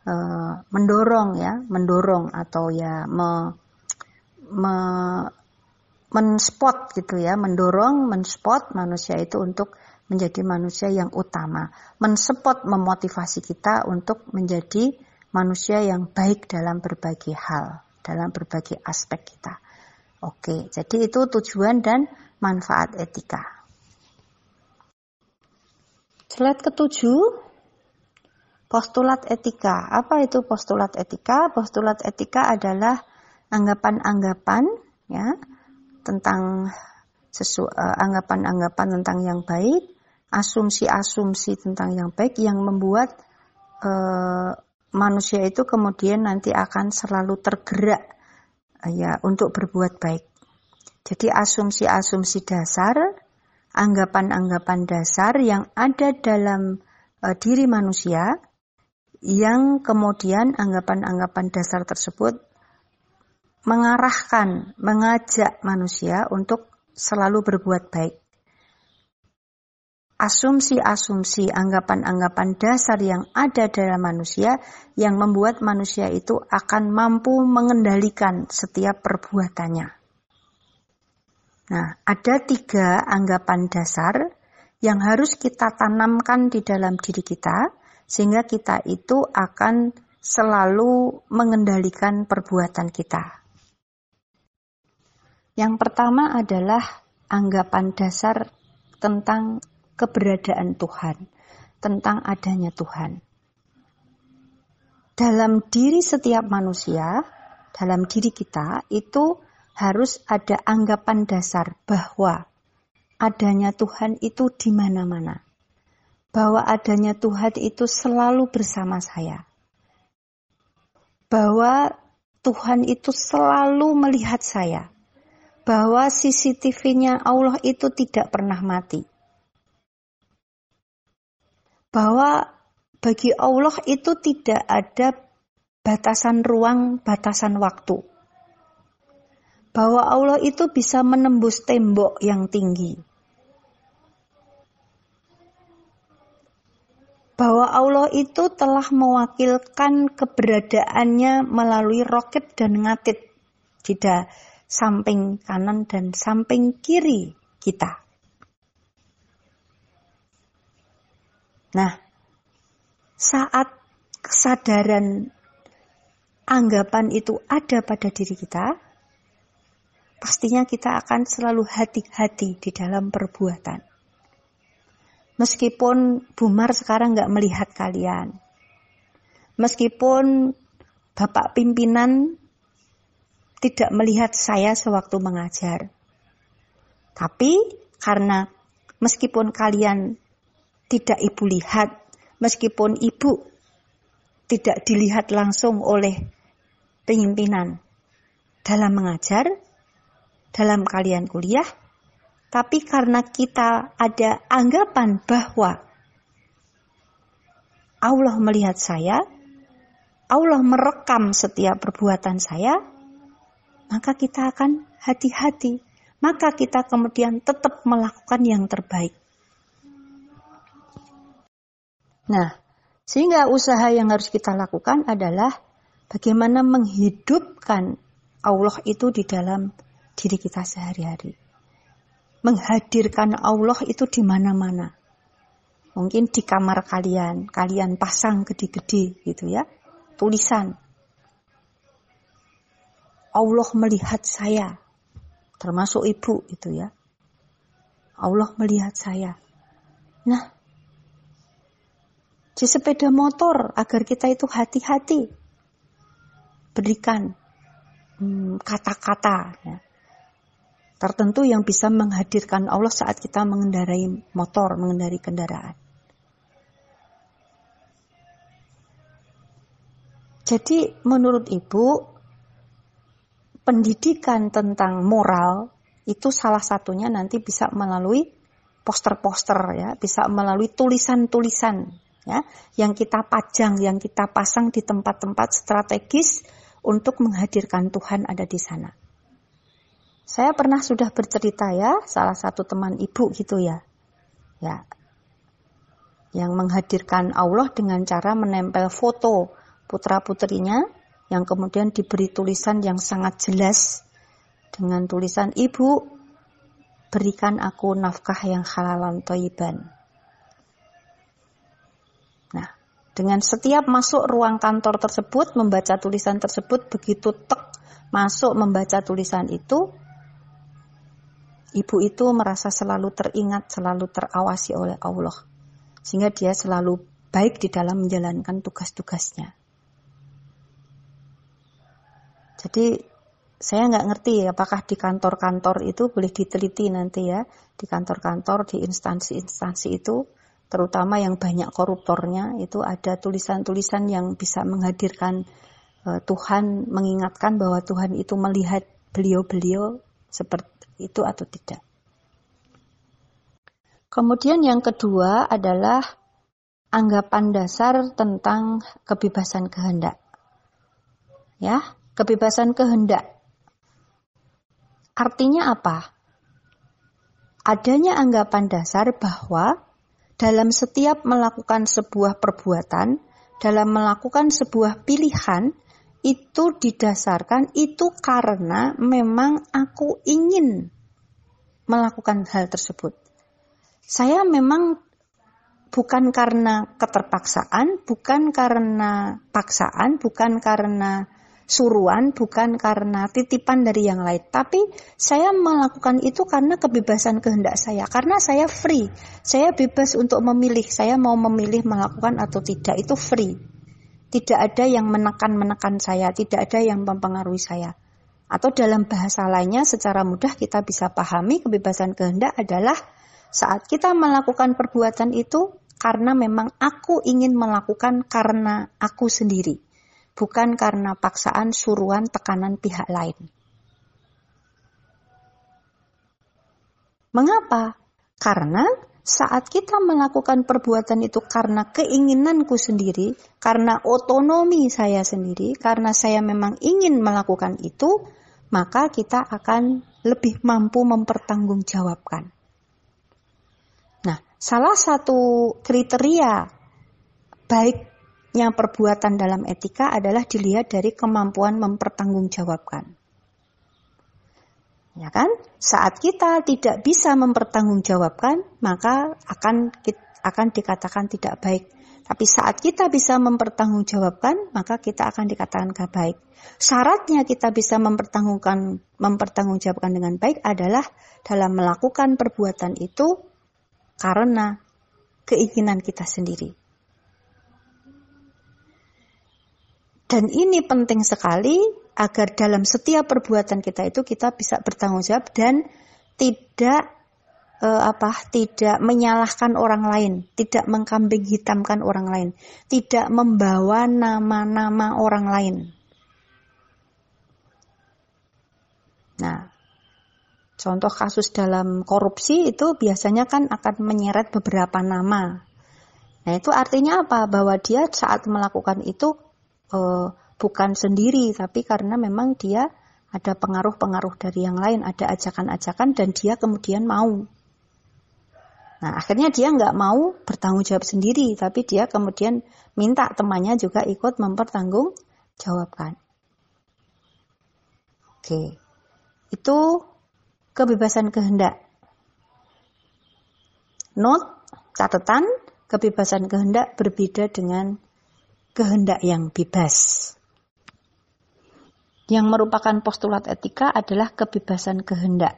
mendorong atau ya menspot gitu ya, menspot manusia itu untuk menjadi manusia yang utama, menspot memotivasi kita untuk menjadi manusia yang baik dalam berbagai hal, dalam berbagai aspek kita. Oke, jadi itu tujuan dan manfaat etika. Slide ke-7, postulat etika. Apa itu postulat etika? Postulat etika adalah anggapan-anggapan ya tentang anggapan-anggapan tentang yang baik, asumsi-asumsi tentang yang baik yang membuat manusia itu kemudian nanti akan selalu tergerak ya untuk berbuat baik. Jadi asumsi-asumsi dasar, anggapan-anggapan dasar yang ada dalam diri manusia, yang kemudian anggapan-anggapan dasar tersebut mengarahkan, mengajak manusia untuk selalu berbuat baik. Asumsi-asumsi, anggapan-anggapan dasar yang ada dalam manusia yang membuat manusia itu akan mampu mengendalikan setiap perbuatannya. Nah, ada 3 anggapan dasar yang harus kita tanamkan di dalam diri kita, sehingga kita itu akan selalu mengendalikan perbuatan kita. Yang pertama adalah anggapan dasar tentang keberadaan Tuhan, tentang adanya Tuhan. Dalam diri setiap manusia, dalam diri kita itu harus ada anggapan dasar bahwa adanya Tuhan itu di mana-mana. Bahwa adanya Tuhan itu selalu bersama saya. Bahwa Tuhan itu selalu melihat saya. Bahwa CCTV-nya Allah itu tidak pernah mati. Bahwa bagi Allah itu tidak ada batasan ruang, batasan waktu. Bahwa Allah itu bisa menembus tembok yang tinggi. Bahwa Allah itu telah mewakilkan keberadaannya melalui roket dan ngatit di samping kanan dan samping kiri kita. Nah, saat kesadaran anggapan itu ada pada diri kita, pastinya kita akan selalu hati-hati di dalam perbuatan. Meskipun Bu Mar sekarang nggak melihat kalian, meskipun Bapak pimpinan tidak melihat saya sewaktu mengajar, tapi karena meskipun kalian tidak Ibu lihat, meskipun Ibu tidak dilihat langsung oleh pimpinan dalam mengajar, dalam kalian kuliah, tapi karena kita ada anggapan bahwa Allah melihat saya, Allah merekam setiap perbuatan saya, maka kita akan hati-hati. Maka kita kemudian tetap melakukan yang terbaik. Nah, sehingga usaha yang harus kita lakukan adalah bagaimana menghidupkan Allah itu di dalam diri kita sehari-hari. Menghadirkan Allah itu di mana-mana. Mungkin di kamar kalian pasang gede-gede gitu ya, tulisan. Allah melihat saya, termasuk Ibu itu ya. Allah melihat saya. Nah, di sepeda motor agar kita itu hati-hati. Berikan kata-kata ya, tertentu yang bisa menghadirkan Allah saat kita mengendarai motor, mengendarai kendaraan. Jadi menurut Ibu, pendidikan tentang moral itu salah satunya nanti bisa melalui poster-poster ya, bisa melalui tulisan-tulisan ya, yang kita pajang, yang kita pasang di tempat-tempat strategis untuk menghadirkan Tuhan ada di sana. Saya pernah sudah bercerita ya, salah satu teman ibu gitu ya. Ya. Yang menghadirkan Allah dengan cara menempel foto putra-putrinya yang kemudian diberi tulisan yang sangat jelas dengan tulisan, "Ibu, berikan aku nafkah yang halalan thayyiban." Nah, dengan setiap masuk ruang kantor tersebut, membaca tulisan tersebut, begitu masuk membaca tulisan itu, ibu itu merasa selalu teringat, selalu terawasi oleh Allah. Sehingga dia selalu baik di dalam menjalankan tugas-tugasnya. Jadi saya nggak ngerti apakah di kantor-kantor itu boleh diteliti nanti ya. Di kantor-kantor, di instansi-instansi itu, terutama yang banyak koruptornya, itu ada tulisan-tulisan yang bisa menghadirkan Tuhan, mengingatkan bahwa Tuhan itu melihat beliau-beliau seperti itu atau tidak. Kemudian yang kedua adalah anggapan dasar tentang kebebasan kehendak. Ya, kebebasan kehendak. Artinya apa? Adanya anggapan dasar bahwa dalam setiap melakukan sebuah perbuatan, dalam melakukan sebuah pilihan, itu didasarkan itu karena memang aku ingin melakukan hal tersebut. Saya memang bukan karena keterpaksaan, bukan karena paksaan, bukan karena suruhan, bukan karena titipan dari yang lain. Tapi saya melakukan itu karena kebebasan kehendak saya. Karena saya free, saya bebas untuk memilih. Saya mau memilih melakukan atau tidak, itu free. Tidak ada yang menekan saya, tidak ada yang mempengaruhi saya. Atau dalam bahasa lainnya secara mudah kita bisa pahami kebebasan kehendak adalah saat kita melakukan perbuatan itu karena memang aku ingin melakukan karena aku sendiri. Bukan karena paksaan, suruhan, tekanan pihak lain. Mengapa? Karena saat kita melakukan perbuatan itu karena keinginanku sendiri, karena otonomi saya sendiri, karena saya memang ingin melakukan itu, maka kita akan lebih mampu mempertanggungjawabkan. Nah, salah satu kriteria baiknya perbuatan dalam etika adalah dilihat dari kemampuan mempertanggungjawabkan. Ya kan? Saat kita tidak bisa mempertanggungjawabkan, maka akan dikatakan tidak baik. Tapi saat kita bisa mempertanggungjawabkan, maka kita akan dikatakan baik. Syaratnya kita bisa mempertanggungjawabkan dengan baik adalah dalam melakukan perbuatan itu karena keinginan kita sendiri. Dan ini penting sekali agar dalam setiap perbuatan kita itu kita bisa bertanggung jawab dan tidak menyalahkan orang lain, tidak mengkambing hitamkan orang lain, tidak membawa nama-nama orang lain. Nah, contoh kasus dalam korupsi itu biasanya kan akan menyeret beberapa nama. Nah, itu artinya apa? Bahwa dia saat melakukan itu bukan sendiri, tapi karena memang dia ada pengaruh-pengaruh dari yang lain, ada ajakan-ajakan dan dia kemudian mau. Nah, akhirnya dia nggak mau bertanggung jawab sendiri, tapi dia kemudian minta temannya juga ikut mempertanggungjawabkan. Oke, itu kebebasan kehendak. Note, catatan, kebebasan kehendak berbeda dengan kehendak yang bebas. Yang merupakan postulat etika adalah kebebasan kehendak.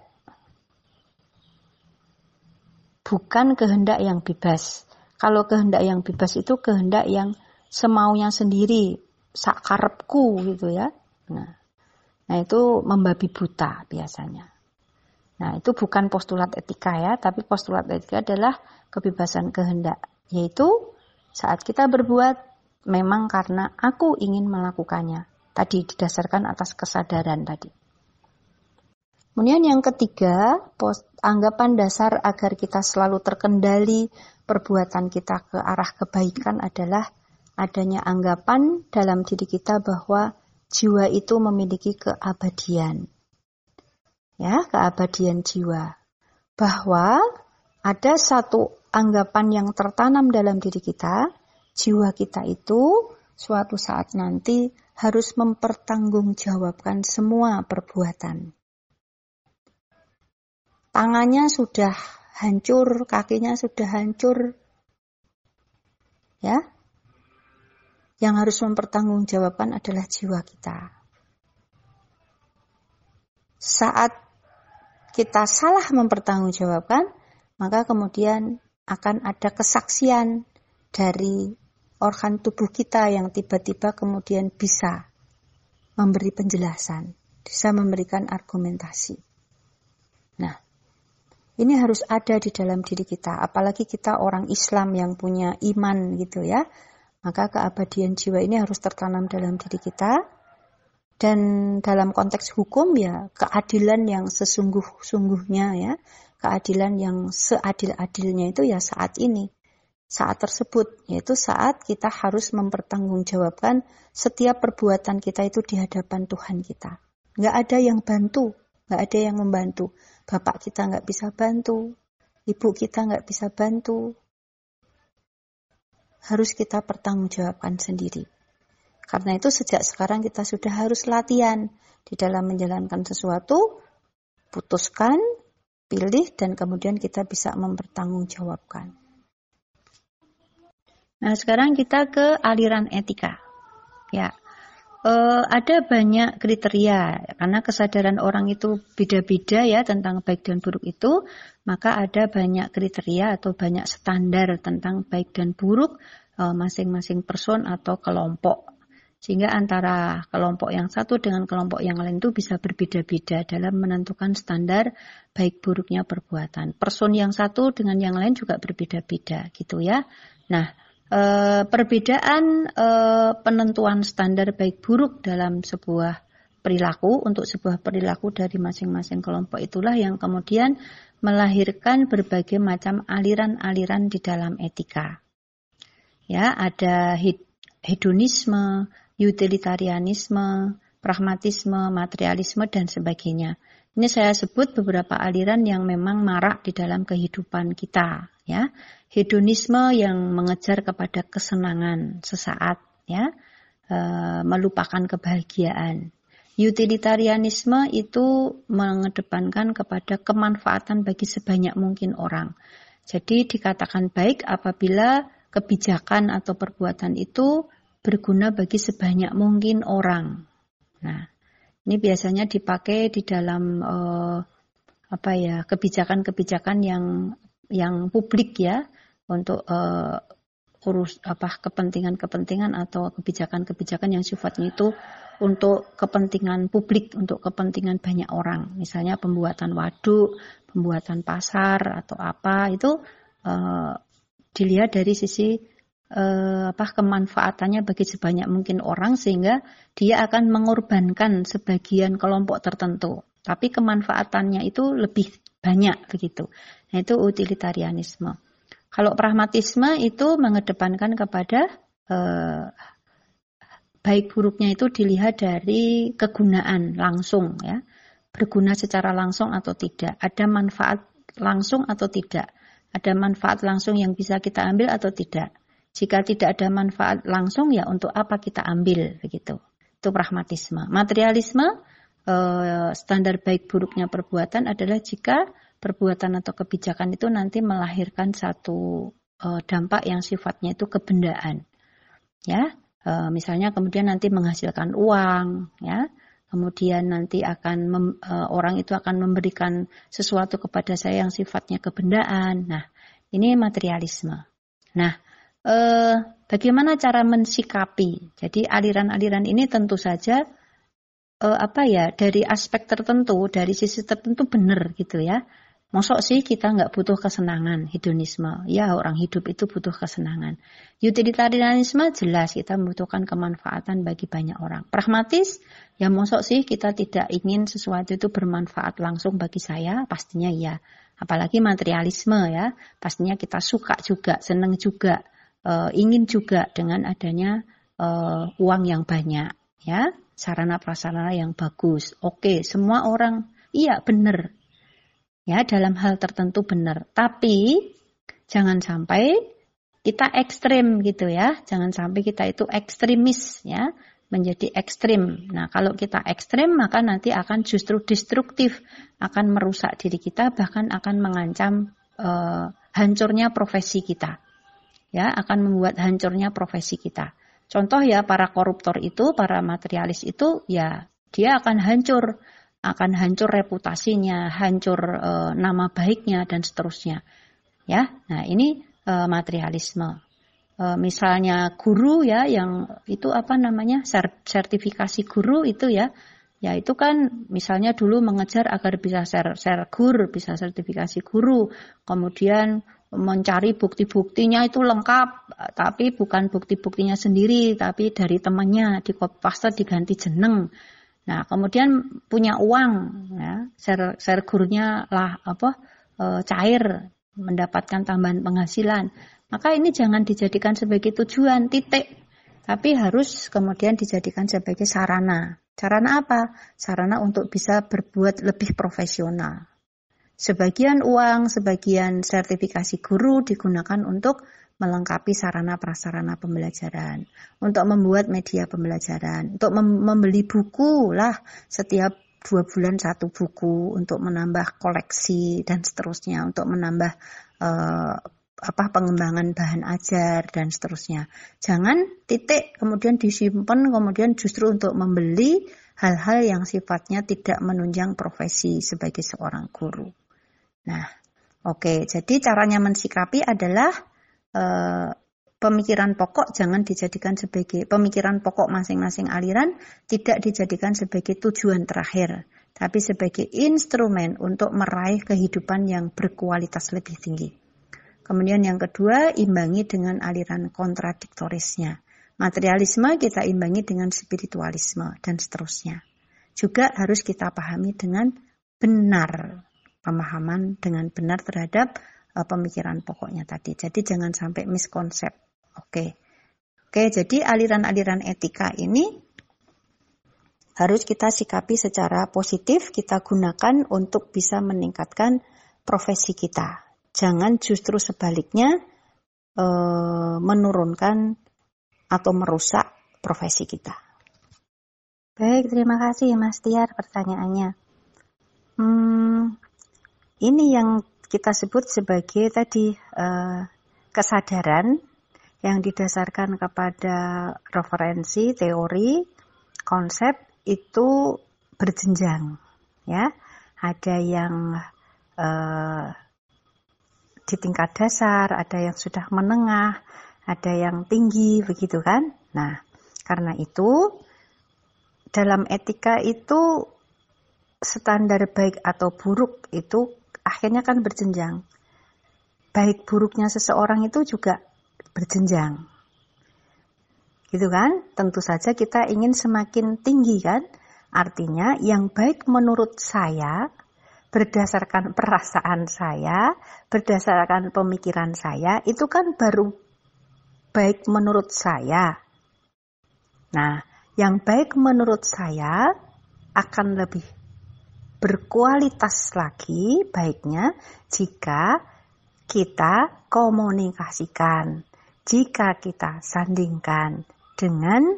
Bukan kehendak yang bebas. Kalau kehendak yang bebas itu kehendak yang semaunya sendiri, sakarepku gitu ya. Nah itu membabi buta biasanya. Nah itu bukan postulat etika ya, tapi postulat etika adalah kebebasan kehendak. Yaitu saat kita berbuat memang karena aku ingin melakukannya. Tadi didasarkan atas kesadaran tadi. Kemudian yang ketiga, anggapan dasar agar kita selalu terkendali perbuatan kita ke arah kebaikan adalah adanya anggapan dalam diri kita bahwa jiwa itu memiliki keabadian. Ya, keabadian jiwa. Bahwa ada satu anggapan yang tertanam dalam diri kita, jiwa kita itu suatu saat nanti harus mempertanggungjawabkan semua perbuatan. Tangannya sudah hancur, kakinya sudah hancur, ya. Yang harus mempertanggungjawabkan adalah jiwa kita. Saat kita salah mempertanggungjawabkan, maka kemudian akan ada kesaksian dari organ tubuh kita yang tiba-tiba kemudian bisa memberi penjelasan, bisa memberikan argumentasi. Nah, ini harus ada di dalam diri kita, apalagi kita orang Islam yang punya iman gitu ya. Maka keabadian jiwa ini harus tertanam dalam diri kita. Dan dalam konteks hukum ya keadilan yang sesungguh-sungguhnya ya, keadilan yang seadil-adilnya itu ya saat ini, saat tersebut, yaitu saat kita harus mempertanggungjawabkan setiap perbuatan kita itu di hadapan Tuhan kita. Nggak ada yang bantu, nggak ada yang membantu. Bapak kita nggak bisa bantu, ibu kita nggak bisa bantu. Harus kita pertanggungjawabkan sendiri. Karena itu sejak sekarang kita sudah harus latihan di dalam menjalankan sesuatu, putuskan, pilih, dan kemudian kita bisa mempertanggungjawabkan. Nah, sekarang kita ke aliran etika. Ya, ada banyak kriteria karena kesadaran orang itu beda-beda ya tentang baik dan buruk itu, maka ada banyak kriteria atau banyak standar tentang baik dan buruk masing-masing person atau kelompok. Sehingga antara kelompok yang satu dengan kelompok yang lain itu bisa berbeda-beda dalam menentukan standar baik buruknya perbuatan. Person yang satu dengan yang lain juga berbeda-beda gitu ya. Nah, perbedaan penentuan standar baik buruk dalam sebuah perilaku untuk sebuah perilaku dari masing-masing kelompok itulah yang kemudian melahirkan berbagai macam aliran-aliran di dalam etika. Ya, ada hedonisme, utilitarianisme, pragmatisme, materialisme, dan sebagainya. Ini saya sebut beberapa aliran yang memang marak di dalam kehidupan kita. Ya, hedonisme yang mengejar kepada kesenangan sesaat, ya, melupakan kebahagiaan. Utilitarianisme itu mengedepankan kepada kemanfaatan bagi sebanyak mungkin orang. Jadi dikatakan baik apabila kebijakan atau perbuatan itu berguna bagi sebanyak mungkin orang. Nah, ini biasanya dipakai di dalam kebijakan-kebijakan yang publik ya, untuk kepentingan-kepentingan atau kebijakan-kebijakan yang sifatnya itu untuk kepentingan publik, untuk kepentingan banyak orang. Misalnya pembuatan waduk, pembuatan pasar atau apa itu dilihat dari sisi kemanfaatannya bagi sebanyak mungkin orang sehingga dia akan mengorbankan sebagian kelompok tertentu, tapi kemanfaatannya itu lebih banyak begitu. Nah, itu utilitarianisme. Kalau pragmatisme itu mengedepankan kepada baik buruknya itu dilihat dari kegunaan langsung ya, berguna secara langsung atau tidak, ada manfaat langsung atau tidak, ada manfaat langsung yang bisa kita ambil atau tidak. Jika tidak ada manfaat langsung, ya untuk apa kita ambil, begitu. Itu pragmatisme. Materialisme, standar baik buruknya perbuatan adalah jika perbuatan atau kebijakan itu nanti melahirkan satu dampak yang sifatnya itu kebendaan. Ya, misalnya kemudian nanti menghasilkan uang, ya. Kemudian nanti orang itu akan memberikan sesuatu kepada saya yang sifatnya kebendaan. Nah, ini materialisme. Nah, bagaimana cara mensikapi? Jadi aliran-aliran ini tentu saja dari aspek tertentu, dari sisi tertentu benar gitu ya. Mosok sih kita nggak butuh kesenangan, hedonisme. Ya, orang hidup itu butuh kesenangan. Utilitarianisme jelas kita membutuhkan kemanfaatan bagi banyak orang. Pragmatis, ya mosok sih kita tidak ingin sesuatu itu bermanfaat langsung bagi saya, pastinya ya. Apalagi materialisme ya, pastinya kita suka juga, senang juga, ingin juga dengan adanya uang yang banyak, ya, sarana prasarana yang bagus. Oke, semua orang Iya, benar. Ya, dalam hal tertentu benar. Tapi jangan sampai kita ekstrim gitu ya. Jangan sampai kita itu ekstremis ya, menjadi ekstrim. Nah, kalau kita ekstrim maka nanti akan justru destruktif, akan merusak diri kita, bahkan akan mengancam hancurnya profesi kita. Ya, akan membuat hancurnya profesi kita. Contoh ya, para koruptor itu, para materialis itu ya dia akan hancur reputasinya, hancur nama baiknya dan seterusnya. Ya, nah ini materialisme. Misalnya guru ya, yang itu apa namanya, sertifikasi guru itu ya itu kan misalnya dulu mengejar agar bisa sergur, bisa sertifikasi guru, kemudian mencari bukti-buktinya itu lengkap, tapi bukan bukti-buktinya sendiri, tapi dari temannya, di copy paste diganti jeneng. Nah, kemudian punya uang, ya, sergurnya lah cair, mendapatkan tambahan penghasilan. Maka ini jangan dijadikan sebagai tujuan, titik. Tapi harus kemudian dijadikan sebagai sarana. Sarana apa? Sarana untuk bisa berbuat lebih profesional. Sebagian uang, sebagian sertifikasi guru digunakan untuk melengkapi sarana prasarana pembelajaran, untuk membuat media pembelajaran, untuk membeli buku lah setiap 2 bulan 1 buku, untuk menambah koleksi dan seterusnya, untuk menambah pengembangan bahan ajar dan seterusnya. Jangan titik kemudian disimpan, kemudian justru untuk membeli hal-hal yang sifatnya tidak menunjang profesi sebagai seorang guru. Nah, oke, jadi caranya mensikapi adalah pemikiran pokok jangan dijadikan sebagai pemikiran pokok masing-masing aliran, tidak dijadikan sebagai tujuan terakhir, tapi sebagai instrumen untuk meraih kehidupan yang berkualitas lebih tinggi. Kemudian yang kedua, imbangi dengan aliran kontradiktorisnya. Materialisme kita imbangi dengan spiritualisme dan seterusnya. Juga harus kita pahami dengan benar, pemahaman dengan benar terhadap pemikiran pokoknya tadi. Jadi jangan sampai miskonsep. Oke, jadi aliran-aliran etika ini harus kita sikapi secara positif, kita gunakan untuk bisa meningkatkan profesi kita. Jangan justru sebaliknya menurunkan atau merusak profesi kita. Baik, terima kasih Mas Tiar pertanyaannya. Ini yang kita sebut sebagai tadi kesadaran yang didasarkan kepada referensi, teori, konsep itu berjenjang, ya. Ada yang di tingkat dasar, ada yang sudah menengah, ada yang tinggi, begitu kan? Nah, karena itu dalam etika itu standar baik atau buruk itu akhirnya kan berjenjang. Baik buruknya seseorang itu juga berjenjang. Gitu kan? Tentu saja kita ingin semakin tinggi kan? Artinya yang baik menurut saya, berdasarkan perasaan saya, berdasarkan pemikiran saya, itu kan baru baik menurut saya. Nah, yang baik menurut saya akan lebih berkualitas lagi baiknya jika kita komunikasikan, jika kita sandingkan dengan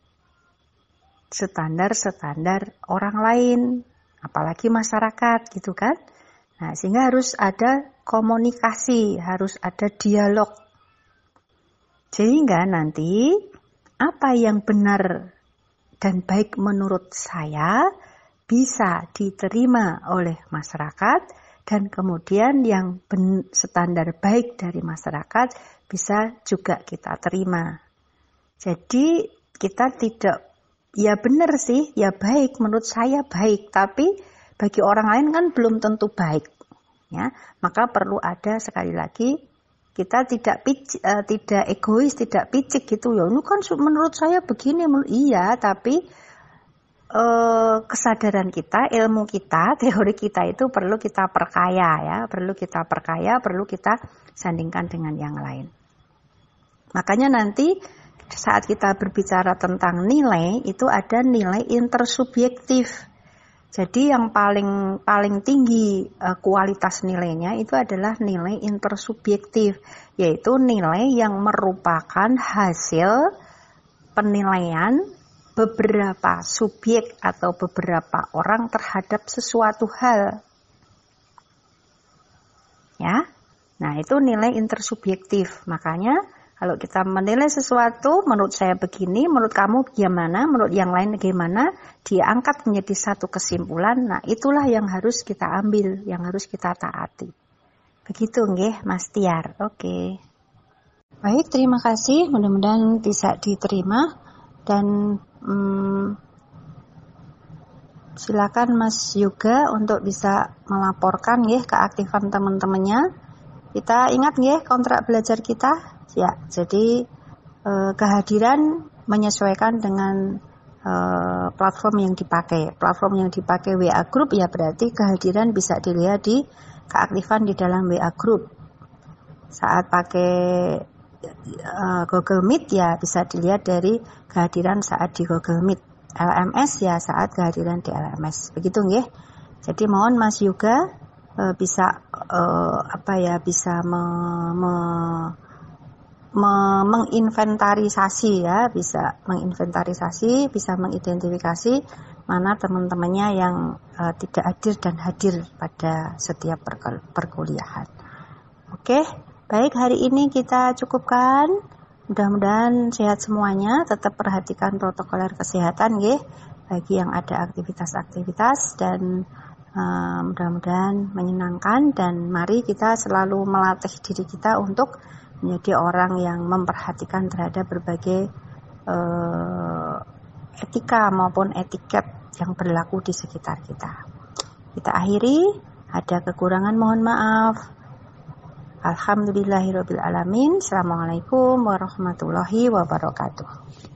standar-standar orang lain, apalagi masyarakat gitu kan. Nah, sehingga harus ada komunikasi, harus ada dialog. Sehingga nanti apa yang benar dan baik menurut saya bisa diterima oleh masyarakat, dan kemudian yang standar baik dari masyarakat bisa juga kita terima. Jadi kita tidak, ya benar sih, ya baik, menurut saya baik, tapi bagi orang lain kan belum tentu baik. Ya, maka perlu ada sekali lagi, kita tidak egois, tidak picik gitu. Ya lu kan menurut saya begini, iya, tapi kesadaran kita, ilmu kita, teori kita itu perlu kita perkaya ya, perlu kita sandingkan dengan yang lain. Makanya nanti saat kita berbicara tentang nilai, itu ada nilai intersubjektif. Jadi yang paling tinggi kualitas nilainya itu adalah nilai intersubjektif, yaitu nilai yang merupakan hasil penilaian beberapa subjek atau beberapa orang terhadap sesuatu hal. Ya. Nah, itu nilai intersubjektif. Makanya kalau kita menilai sesuatu, menurut saya begini, menurut kamu bagaimana, menurut yang lain bagaimana, diangkat menjadi satu kesimpulan. Nah, itulah yang harus kita ambil, yang harus kita taati. Begitu nggih, Mas Tiar. Oke. Baik, terima kasih. Mudah-mudahan bisa diterima dan silakan Mas Yoga untuk bisa melaporkan nggih keaktifan teman-temannya. Kita ingat nggih kontrak belajar kita? Ya, jadi kehadiran menyesuaikan dengan platform yang dipakai. Platform yang dipakai WA Group ya berarti kehadiran bisa dilihat di keaktifan di dalam WA Group. Saat pakai Google Meet ya bisa dilihat dari kehadiran saat di Google Meet. LMS ya saat kehadiran di LMS. Begitu nggih. Jadi mohon Mas Yoga bisa bisa menginventarisasi ya, bisa menginventarisasi, bisa mengidentifikasi mana teman-temannya yang tidak hadir dan hadir pada setiap perkuliahan. Oke, baik hari ini kita cukupkan. Mudah-mudahan sehat semuanya, tetap perhatikan protokoler kesehatan nggih bagi yang ada aktivitas-aktivitas dan mudah-mudahan menyenangkan dan mari kita selalu melatih diri kita untuk menjadi orang yang memperhatikan terhadap berbagai etika maupun etiket yang berlaku di sekitar kita. Kita akhiri, ada kekurangan mohon maaf. Alhamdulillahirabbil alamin. Assalamualaikum warahmatullahi wabarakatuh.